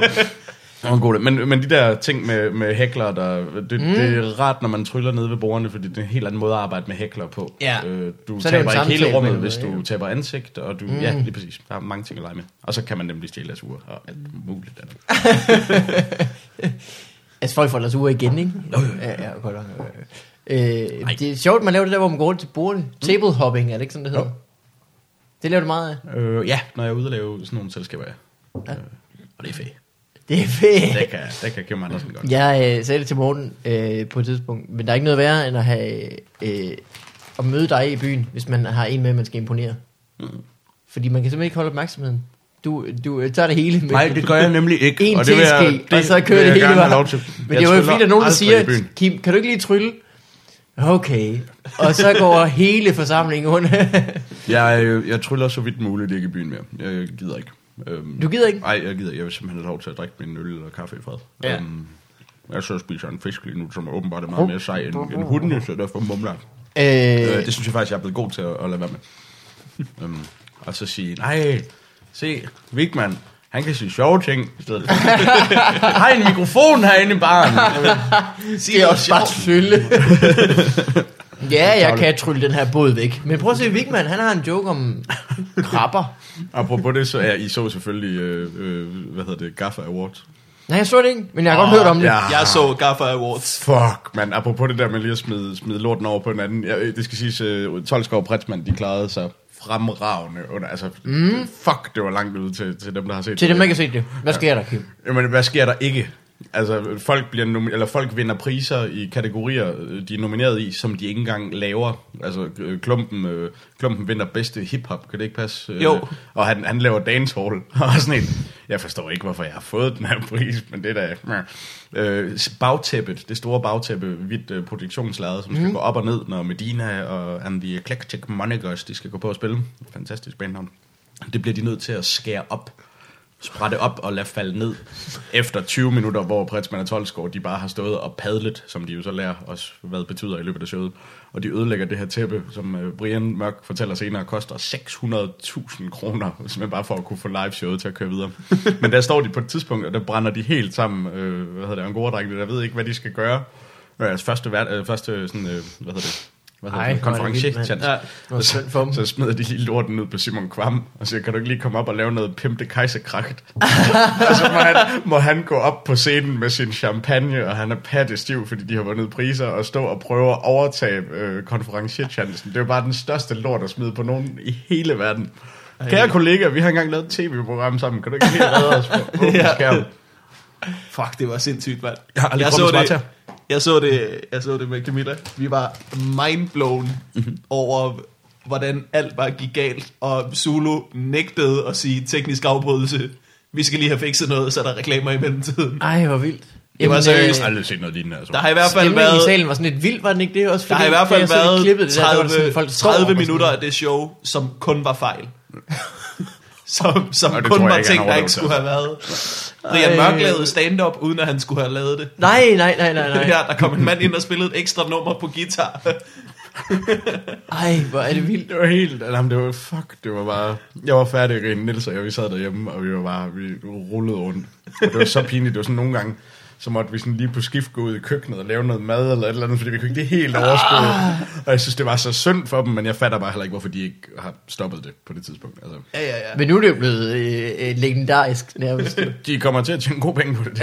Men de der ting med hækler, det er rart, når man tryller nede ved bordene, fordi det er en helt anden måde at arbejde med hækler på. Ja. Du taber ikke hele rummet, hvis du taber ansigt, og du, ja, lige præcis. Der er mange ting at lege med. Og så kan man nemlig stjæle deres ure, og alt muligt andet. Altså folk får deres ure igen, ikke? Det er sjovt, man laver det der, hvor man går rundt til bordene. Table hopping, er det ikke sådan, det hedder? Det laver du meget af? Ja, når jeg er ude og lave sådan nogle selskaber, og det er fedt. Det er fedt. Det kan Kim Andersen godt. Jeg sagde det til Morten på et tidspunkt, men der er ikke noget værre, end at have at møde dig i byen, hvis man har en med, man skal imponere. Fordi man kan simpelthen ikke holde opmærksomheden. Du tager det hele med. Nej, det gør jeg nemlig ikke. En teske, og så kører det hele bare. Men det var jo fordi, der er nogen, der siger, Kim, kan du ikke lige trylle? Okay. Og så går hele forsamlingen under. Jeg tryller så vidt muligt ikke i byen mere. Jeg gider ikke. Du gider ikke? Nej, jeg gider. Jeg vil simpelthen have lov til at drikke min øl eller kaffe i fred. Ja. Jeg så spiser en fisk lige nu, som er åbenbart meget mere sej end hunden, så derfor mumler. Det synes jeg faktisk, jeg er blevet god til at lade være med. Og så sige, nej, se, Vigman, han kan sige sjove ting i stedet. Jeg har en mikrofon herinde i baren. Det er også bare trylle. Ja, jeg kan trylle den her båd væk. Men prøv at se, Vigman, han har en joke om krabber. Apropos det, så I så selvfølgelig, Gaffa Awards. Nej, jeg så det ikke, men jeg har godt hørt om det. Ja. Jeg så Gaffer Awards. Fuck, man. Apropos det der med lige at smide lorten over på en anden. Det skal siges, Tolskov og Pretzmann, de klarede sig fremragende under. Altså, fuck, det var langt ud til dem, der har set det. Til dem, der ikke har set det. Hvad sker der, Kim? Jamen, hvad sker der ikke? Altså, folk vinder priser i kategorier, de er nomineret i, som de ikke engang laver. Altså, Klumpen vinder bedste hiphop, kan det ikke passe? Jo. Og han laver dancehall. Og sådan en, jeg forstår ikke, hvorfor jeg har fået den her pris, men det er da... bagtæppet, det store bagtæppe, hvidt projektionslærred, som skal gå op og ned, når Medina og And the Eclectic Monigers, de skal gå på at spille. Fantastisk bandnavn. Det bliver de nødt til at skære op. Sprætte op og lade falde ned efter 20 minutter, hvor Pretzmann og Tolsgaard, de bare har stået og padlet, som de jo så lærer os, hvad betyder i løbet af showet. Og de ødelægger det her tæppe, som Brian Mørk fortæller senere, koster 600.000 kroner, simpelthen bare for at kunne få live-showet til at køre videre. Men der står de på et tidspunkt, og der brænder de helt sammen, Angora-drengene, der ved ikke, hvad de skal gøre. Første konferencier-chance. Så smider de lige lorten ud på Simon Kvam, og siger, kan du ikke lige komme op og lave noget Pimte Kejserkragt? Og så må han gå op på scenen med sin champagne, og han er pattestiv, fordi de har vundet priser, og stå og prøve at overtage konferencier-chancen. Det er jo bare den største lort at smide på nogen i hele verden. Kære kollega, vi har engang lavet et tv-program sammen. Kan du ikke helt redde os på skærmen? Fuck, det var sindssygt, mand. Jeg så Jeg så det med Camilla. Vi var mindblown over, hvordan alt bare gik galt, og Zulu nægtede at sige teknisk afbrydelse. Vi skal lige have fikset noget, så der er reklamer i mellemtiden. Ej, hvor vildt. Det var seriøst. Jeg har aldrig set noget lignende. Altså. Der har i hvert fald været... i salen var sådan lidt vildt, var den ikke det? Også der har i hvert fald været 30 minutter af det show, som kun var fejl. som kun var ting, der ikke skulle have været. Brian Mørk lavede stand-up, uden at han skulle have lavet det. Nej. Ja, der kom en mand ind og spillede et ekstra nummer på guitar. Ej, hvor er det vildt. Det var helt... det var bare... Jeg var færdig at grine. Niels og jeg, vi sad derhjemme, og vi rullede rundt. Og det var så pinligt. Det var sådan nogle gange, så måtte vi sådan lige på skift gå ud i køkkenet og lave noget mad eller et eller andet, fordi vi kunne ikke det helt overskue. Og jeg synes, det var så synd for dem, men jeg fatter bare heller ikke, hvorfor de ikke har stoppet det på det tidspunkt. Altså. Ja. Men nu er det jo blevet legendarisk nærmest. De kommer til at tjene gode penge på det.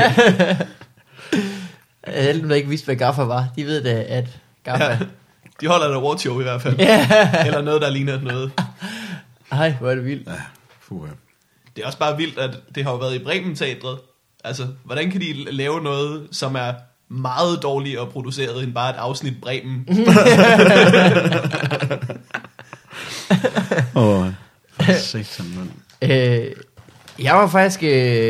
Alle, der ikke vidste, hvad Gaffer var, de ved da, at Gaffer... Ja, de holder et awardshow i hvert fald. Eller noget, der ligner noget. Ej, hvor er det vildt. Ja, det er også bare vildt, at det har jo været i Bremen Teatret. Altså, hvordan kan de lave noget, som er meget dårligere produceret end bare et afsnit Bremen? Jeg var faktisk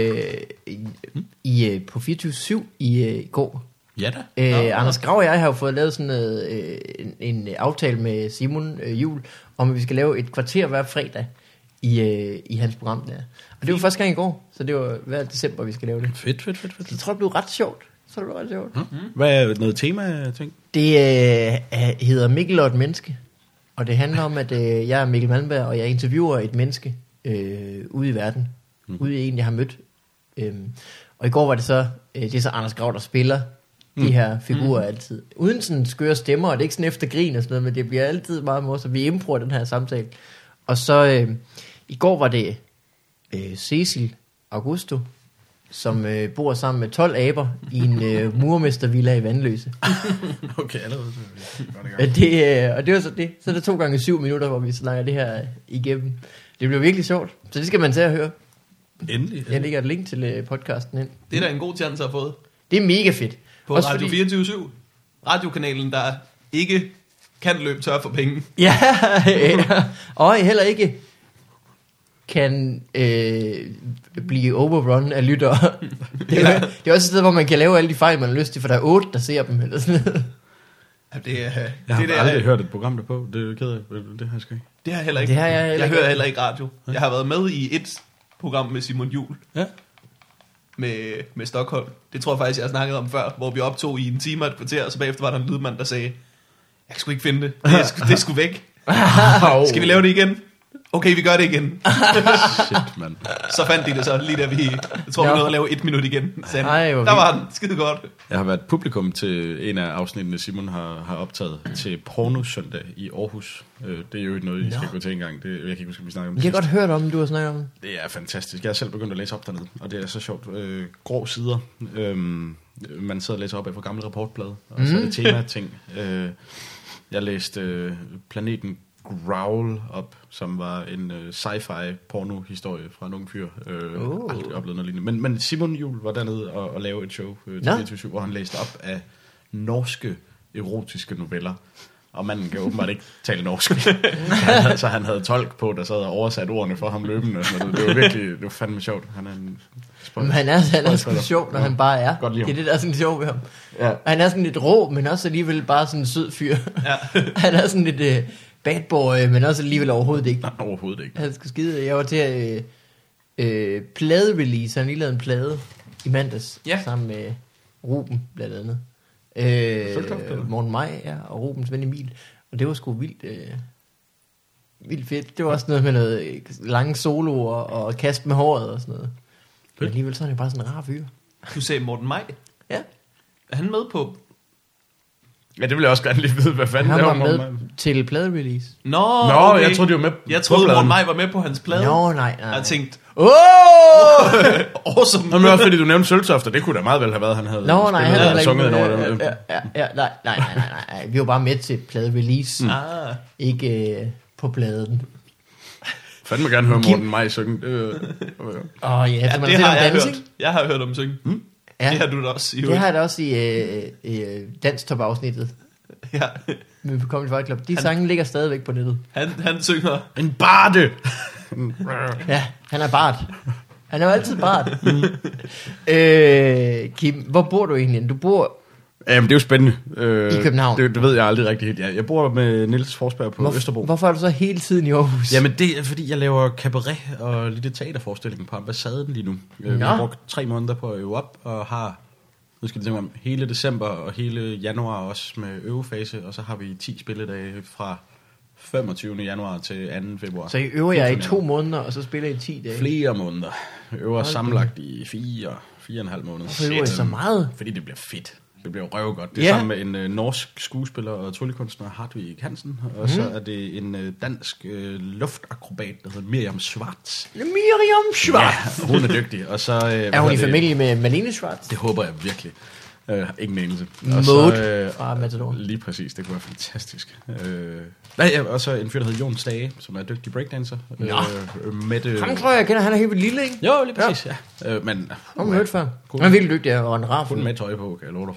på 24/7 i går. Ja da. Anders Grav og jeg har jo fået lavet sådan en aftale med Simon Juhl, om at vi skal lave et kvarter hver fredag i hans program der. Og det var første gang i går, så det var hver december, vi skal lave det. Fedt. Jeg tror, det blev ret sjovt. Hvad er noget tema-ting? Det hedder Mikkel og et menneske. Og det handler om, at jeg er Mikkel Malmberg, og jeg interviewer et menneske ude i verden. Ude i en, jeg har mødt. Og i går var det så, det er så Anders Grav, der spiller de her figurer altid. Uden sådan skøre stemmer, og det er ikke sådan efter grin og sådan noget, men det bliver altid meget morsomt. Vi improver den her samtale. Og så i går var det Cecil Augusto, som bor sammen med 12 aber i en murmestervilla i Vandløse. Okay, allerede. Og det var så det. Så er det 2 gange 7 minutter, hvor vi snakker det her igennem. Det bliver virkelig sjovt. Så det skal man til at høre. Endelig. Jeg lægger et link til podcasten ind. Det er da en god chance at have fået. Det er mega fedt. På også Radio 24/7. Radiokanalen, der ikke kan løbe tør for penge. Ja, og heller ikke kan blive overrun af lyttere. Det er også et sted, hvor man kan lave alle de fejl, man har lyst til, for der er 8, der ser dem. Eller sådan noget. Jeg har aldrig hørt et program der på. Det er ked af. Det har jeg sgu ikke. Det har jeg heller ikke. Jeg hører heller ikke radio. Jeg har været med i et program med Simon Juhl. Ja. Med Stockholm. Det tror jeg faktisk, jeg har snakket om før, hvor vi optog i en time og et kvarter, og så bagefter var der en lydmand, der sagde, jeg kan sgu ikke finde det. Det er sgu væk. Skal vi lave det igen? Okay, vi gør det igen. Shit, mand. Så fandt de det så lige da vi... Jeg tror, vi nåede at lave 1 minut igen. Ej, Der var den. Skide godt. Jeg har været publikum til en af afsnittene, Simon har optaget til Pornosøndag i Aarhus. Det er jo ikke noget, I skal gå til engang. Jeg kan ikke huske, vi snakker om det. Jeg har godt hørt om, du har snakket om det. Det er fantastisk. Jeg har selv begyndt at læse op dernede, og det er så sjovt. Grå sider. Man sidder og læser op af fra gamle rapportblade, og så er det tema-ting. Jeg læste Planeten Growl op, som var en sci-fi porno-historie fra en ung fyr. Aldrig oplevet noget lignende. Men Simon Juhl var dernede og lave et show til 24/7, hvor han læste op af norske erotiske noveller. Og manden kan åbenbart ikke tale norsk. Så han havde tolk på, der sad og oversat ordene for ham løbende. Og sådan noget. Det var virkelig, det var fandme sjovt. Han er en Men han er sgu sjov, når han bare er. Godt lide ham. Det er det, der er sådan sjovt ved ham. Ja. Han er sådan lidt rå, men også alligevel bare sådan en sød fyr. Ja. Han er sådan lidt bad boy, men også alligevel overhovedet ikke. Nej, overhovedet ikke. Han skal skide. Jeg var til plade-release. Han lige lavede en plade i mandags. Ja. Sammen med Ruben, blandt andet. Morten Maj, ja, og Rubens ven Emil. Og det var sgu vildt fedt. Det var også noget med noget lange soloer og kast med håret og sådan noget. Men alligevel så er han jo bare sådan en rar fyr. Du sagde Morten Maj. Ja. Er han med på... Ja, det vil jeg også gerne lige vide, hvad fanden Han det var var med til plade-release. Nå, okay. Jeg troede, de var med Jeg på troede, pladen. Morten Maj var med på hans plade. Nå, nej. Jeg tænkte, Awesome! Nå, men også fordi du nævnte Søltofter, det kunne da meget vel have været, han havde Nå, nej, han spillet havde og sunget ind over dem. nej. Vi var bare med til plade-release. Ikke på pladen. Fanden må gerne høre Morten Maj synge. Ja, ja, det har jeg hørt. Jeg har hørt om synge. Ja. Det har du da også. Det har jeg da også i Danstop-afsnittet. Ja. Med Comedy Fight Club. De sange ligger stadigvæk på nettet. Han synger. En barde! Ja, han er bart. Han er jo altid bart. Kim, hvor bor du egentlig? Du bor... Jamen, det er jo spændende. I København? Det ved jeg aldrig rigtig helt. Jeg bor med Niels Forsberg på Østerbro. Hvorfor er du så hele tiden i Aarhus? Jamen, det er fordi, jeg laver cabaret og lidt teaterforestilling på ambassaden lige nu. Jeg har brugt 3 måneder på at øve op, og har... Nu skal jeg tænke om hele december og hele januar også med øvefase, og så har vi 10 spilledage fra 25. januar til 2. februar. Så I øver jer i 2 måneder, og så spiller I 10 dage? Flere måneder. Jeg øver sammenlagt i 4,5 måneder. Hvorfor øver I så meget? Fordi det bliver fedt. Det bliver røvgodt. Det er sammen med en norsk skuespiller og tryllekunstner, Hartvig Hansen. Og så er det en dansk luftakrobat, der hedder Miriam Schwartz. Miriam Schwartz! Ja, hun er dygtig. Og så, er hun i familie med Malene Schwartz? Det håber jeg virkelig. Ingen anelse. Mode fra Matador. Lige præcis, det kunne være fantastisk. Og så en fyr, der hedder Jon Stage, som er dygtig breakdancer. Han tror jeg kender, han er helt vildt lille, ikke? Jo, lige præcis, ja. Men han har hørt før. Han er virkelig dygtig og en rar. Kun med tøj på, kan jeg love dig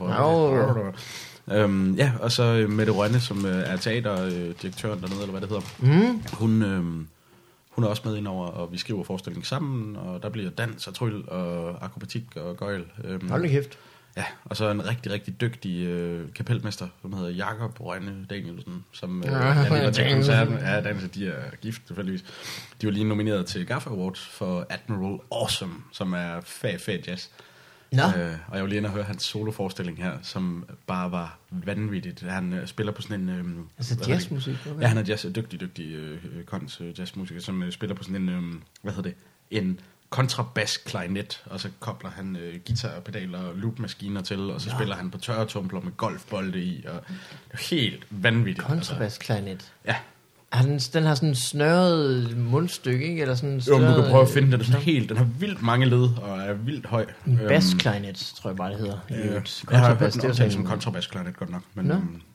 for. Ja, og så Mette Rønne, som er teaterdirektøren dernede, eller hvad det hedder. Hun er også med indover, og vi skriver forestillingen sammen, og der bliver dans og tryl og akrobatik og gøjl. Hold da kæft. Ja, og så en rigtig, rigtig dygtig kapelmester, som hedder Jakob Rønne Danielsen, som var til koncerten. Ja, Danielsen, de er gift selvfølgelig. De var lige nomineret til Gaffa Awards for Admiral Awesome, som er fed jazz. Og jeg var lige inde og høre hans soloforestilling her, som bare var vanvittigt. Han spiller på sådan en... altså jazzmusik? Okay. Ja, han er dygtig jazzmusiker, som spiller på sådan en... En kontrabas-klarinet, og så kobler han guitarpedaler og loopmaskiner til, og så spiller han på tørretumbler med golfbolde i, og det er helt vanvittigt. Kontrabas-klarinet? Ja. Den har sådan en snørret mundstykke, ikke? Eller sådan jo, du kan prøve at finde den. Den har vildt mange led, og er vildt høj. En bass-klarinet, tror jeg bare, det hedder. Jeg har hørt den omtalt som kontrabas-klarinet, godt nok. Men,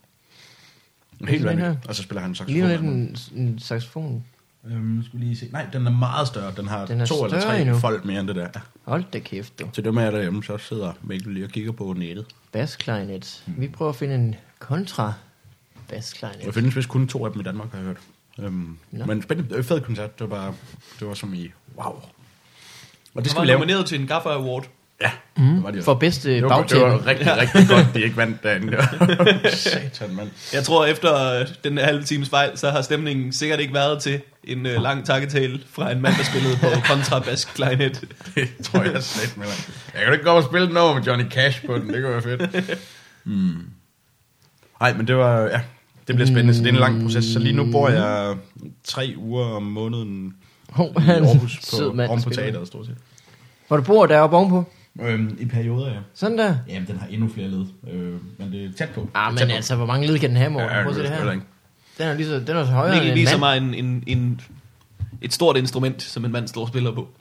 helt vanvittigt. Og så spiller han saxofon. Lige en saxofon. Skulle lige se. Nej, den er meget større. Den har 2 eller 3 fold mere end det der. Hold da kæft, du. Til dem af derhjemme, så sidder Mikkel lige og kigger på nettet. Bass-klarinet. Vi prøver at finde en kontra-bass-klarinet. Der findes vist kun 2 af dem i Danmark, har jeg hørt. Men spændende, fed koncert. Det var som i wow. Og det skal vi lave. Nomineret til en Gaffa Award. Ja, det var de for bedste bagtæppe. Det var rigtig godt, de ikke vandt derinde. Satan, mand. Jeg tror, efter den halve times fejl, så har stemningen sikkert ikke været til en lang takketale fra en mand, der spillede på kontrabas-klarinet. Det tror jeg slet med. Jeg kan ikke gå og spille den over med Johnny Cash på den. Det kunne være fedt. Nej, men det var Det bliver spændende, så det er en lang proces. Så lige nu bor jeg 3 uger om måneden i Aarhus oven på teateret, stort set. Hvor du bor deroppe ovenpå? I perioder, ja. Sådan der? Jamen, den har endnu flere led, men det er tæt på. Men altså, hvor mange led kan den have, Morten? Ja, Prøv at se det her. ikke. Den er så højere Mikkel end viser en mand. mig et stort instrument, som en mand står og spiller på.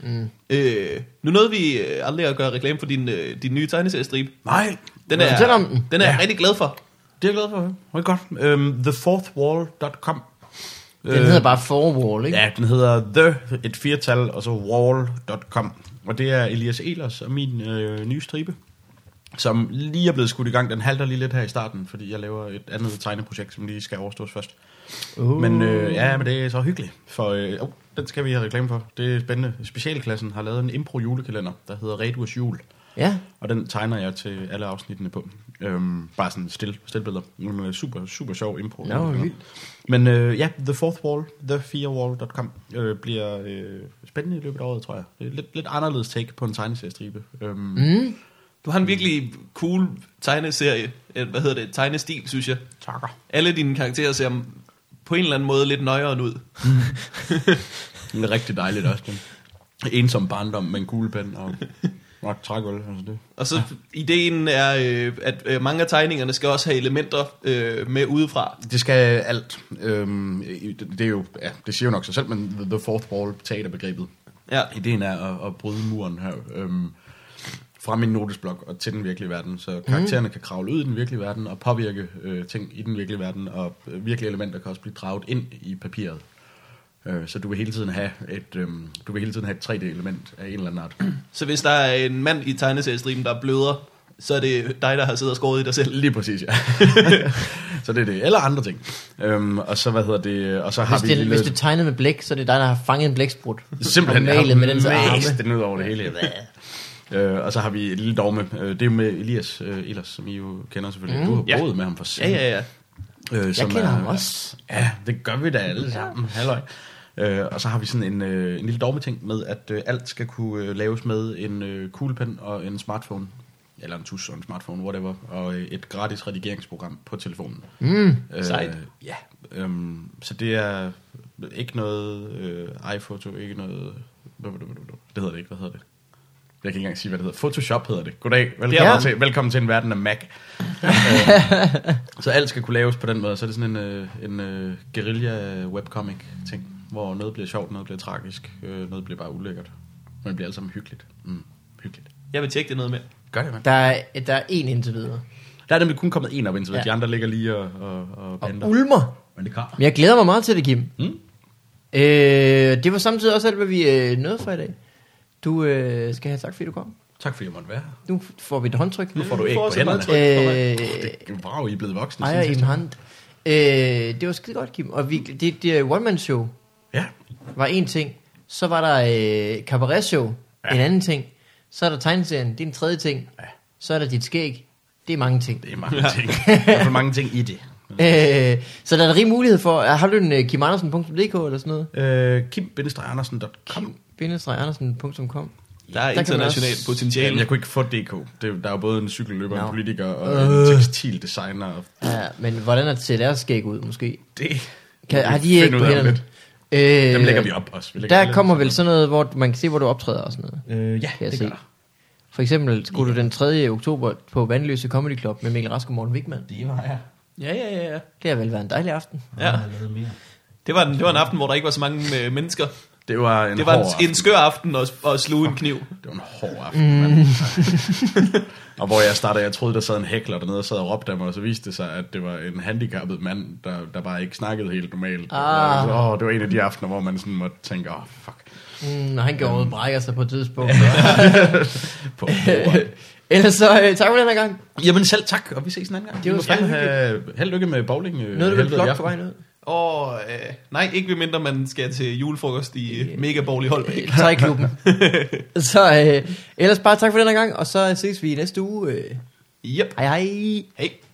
Nu nåede vi aldrig at gøre reklame for din nye tegneseriestribe. Nej. Den er, Fortæl om den. Den er jeg rigtig glad for. Det er jeg glad for. Det er godt. TheFourthWall.com. Den hedder bare Forwall, ikke? Ja, den hedder et 4-tal, og så wall.com. Og det er Elias Ehlers og min nye stribe, som lige er blevet skudt i gang. Den halter lige lidt her i starten, fordi jeg laver et andet tegneprojekt, som lige skal overstås først. Men men det er så hyggeligt, for den skal vi have reklame for. Det er spændende. Specialklassen har lavet en impro-julekalender, der hedder Redurs Jul. Ja. Og den tegner jeg til alle afsnittene på. Bare sådan stillbilleder. Nogle super sjov impro. Nå, vildt. Men The Fourth Wall, the4wall.com bliver spændende i løbet af året, tror jeg. Det er lidt anderledes take på en tegneseriestribe. Du har en virkelig cool tegneserie, tegnestil, synes jeg. Takker. Alle dine karakterer ser på en eller anden måde lidt nøjere ud. Det er rigtig dejligt også. Den ensom barndom med en kuglepen og trækøl. Altså det. Og så ideen er, at mange af tegningerne skal også have elementer med udefra. Det skal alt. Det er jo, det siger jo nok sig selv, men The Fourth Wall teaterbegrebet. Ja. Ideen er at bryde muren her. Fra min notesblok og til den virkelige verden, så karaktererne kan kravle ud i den virkelige verden og påvirke ting i den virkelige verden, og virkelige elementer kan også blive draget ind i papiret. Så du vil hele tiden have et 3D-element af en eller anden art. Så hvis der er en mand i tegneseriestriben, der bløder, så er det dig, der har siddet og skåret i dig selv. Lige præcis, ja. Så det er det. Eller andre ting. Og så, og så har vi... Hvis det er tegnet med blæk, så er det dig, der har fanget en blæksprut. Simpelthen, og malet med dens arme. Den ud over det hele. Og så har vi et lille dogme. Det er jo med Elias Ehlers, som I jo kender selvfølgelig. Du har boet med ham for siden. Ja. Jeg kender ham også. Ja, det gør vi da alle sammen. Halløj. Og så har vi sådan en lille dogmeting med, at alt skal kunne laves med en kuglepen og en smartphone. Eller en tus og en smartphone, whatever. Og et gratis redigeringsprogram på telefonen. Sejt. Ja. Så det er ikke noget iPhoto, ikke noget... Det hedder det ikke, hvad hedder det? Jeg kan ikke engang sige, hvad det hedder. Photoshop hedder det. Goddag. Velkommen til en verden af Mac. Så alt skal kunne laves på den måde. Så er det sådan en guerilla webcomic ting, hvor noget bliver sjovt, noget bliver tragisk, noget bliver bare ulækkert. Men det bliver alt sammen hyggeligt. Hyggeligt. Jeg vil tjekke det noget mere. Gør det, mand. Der er én indtil videre. Der er nemlig kun kommet en op indtil videre. De andre ligger lige og bander. Ulmer. Men det kommer. Men jeg glæder mig meget til det, Kim. Det var samtidig også alt, hvad vi nåede for i dag. Du skal have tak, fordi du kom. Tak fordi jeg måtte være her. Nu får vi et håndtryk. Nu får du æg på hænderne. Wow, I er blevet voksne. Ejer i en hånd. Det var skide godt, Kim. Og det one-man-show var en ting. Så var der cabaret-show, en anden ting. Så er der tegneserien, det er en tredje ting. Så er der dit skæg. Det er mange ting. Det er mange ting. Der er for mange ting i det. Så der er rig mulighed for. Har du en kimandersen.dk eller sådan noget? Kim-andersen.com Kim-andersen.com. Der er internationalt potentiale. Jamen, jeg kunne ikke få DK. Der er jo både en cykelløber, en politiker og en tekstildesigner. Ja, men hvordan ser deres skæg ud måske? Det har de ikke på hænderne? Dem lægger vi op også. Der kommer vel sådan noget, hvor man kan se, hvor du optræder og sådan noget. Ja, det gør der. For eksempel skulle du den 3. oktober på Vandløse Comedy Club med Mikkel Rask og Morten Wigman. Det var jeg. Ja. Det har vel været en dejlig aften. Ja. Det var en aften, hvor der ikke var så mange mennesker. Det var en skør aften at sluge en kniv. Det var en hård aften. Og hvor jeg troede, der sad en hækler dernede og sad og råbte af mig, og så viste det sig, at det var en handicappet mand, der bare ikke snakkede helt normalt. Det var en af de aftener, hvor man sådan måtte tænke, fuck. Når han går ud og brækker sig på et tidspunkt. På Ellers så tak for den her gang. Jamen selv tak, og vi ses en anden gang. Det var fandme held lykke med bowling. Noget du vil plukke på vejen ud? Nej, ikke ved mindre man skal til julefrokost i Mega Bowl i Holbæk. Træklubben. Så ellers bare tak for den her gang, og så ses vi i næste uge. Yep. Hej hej. Hej.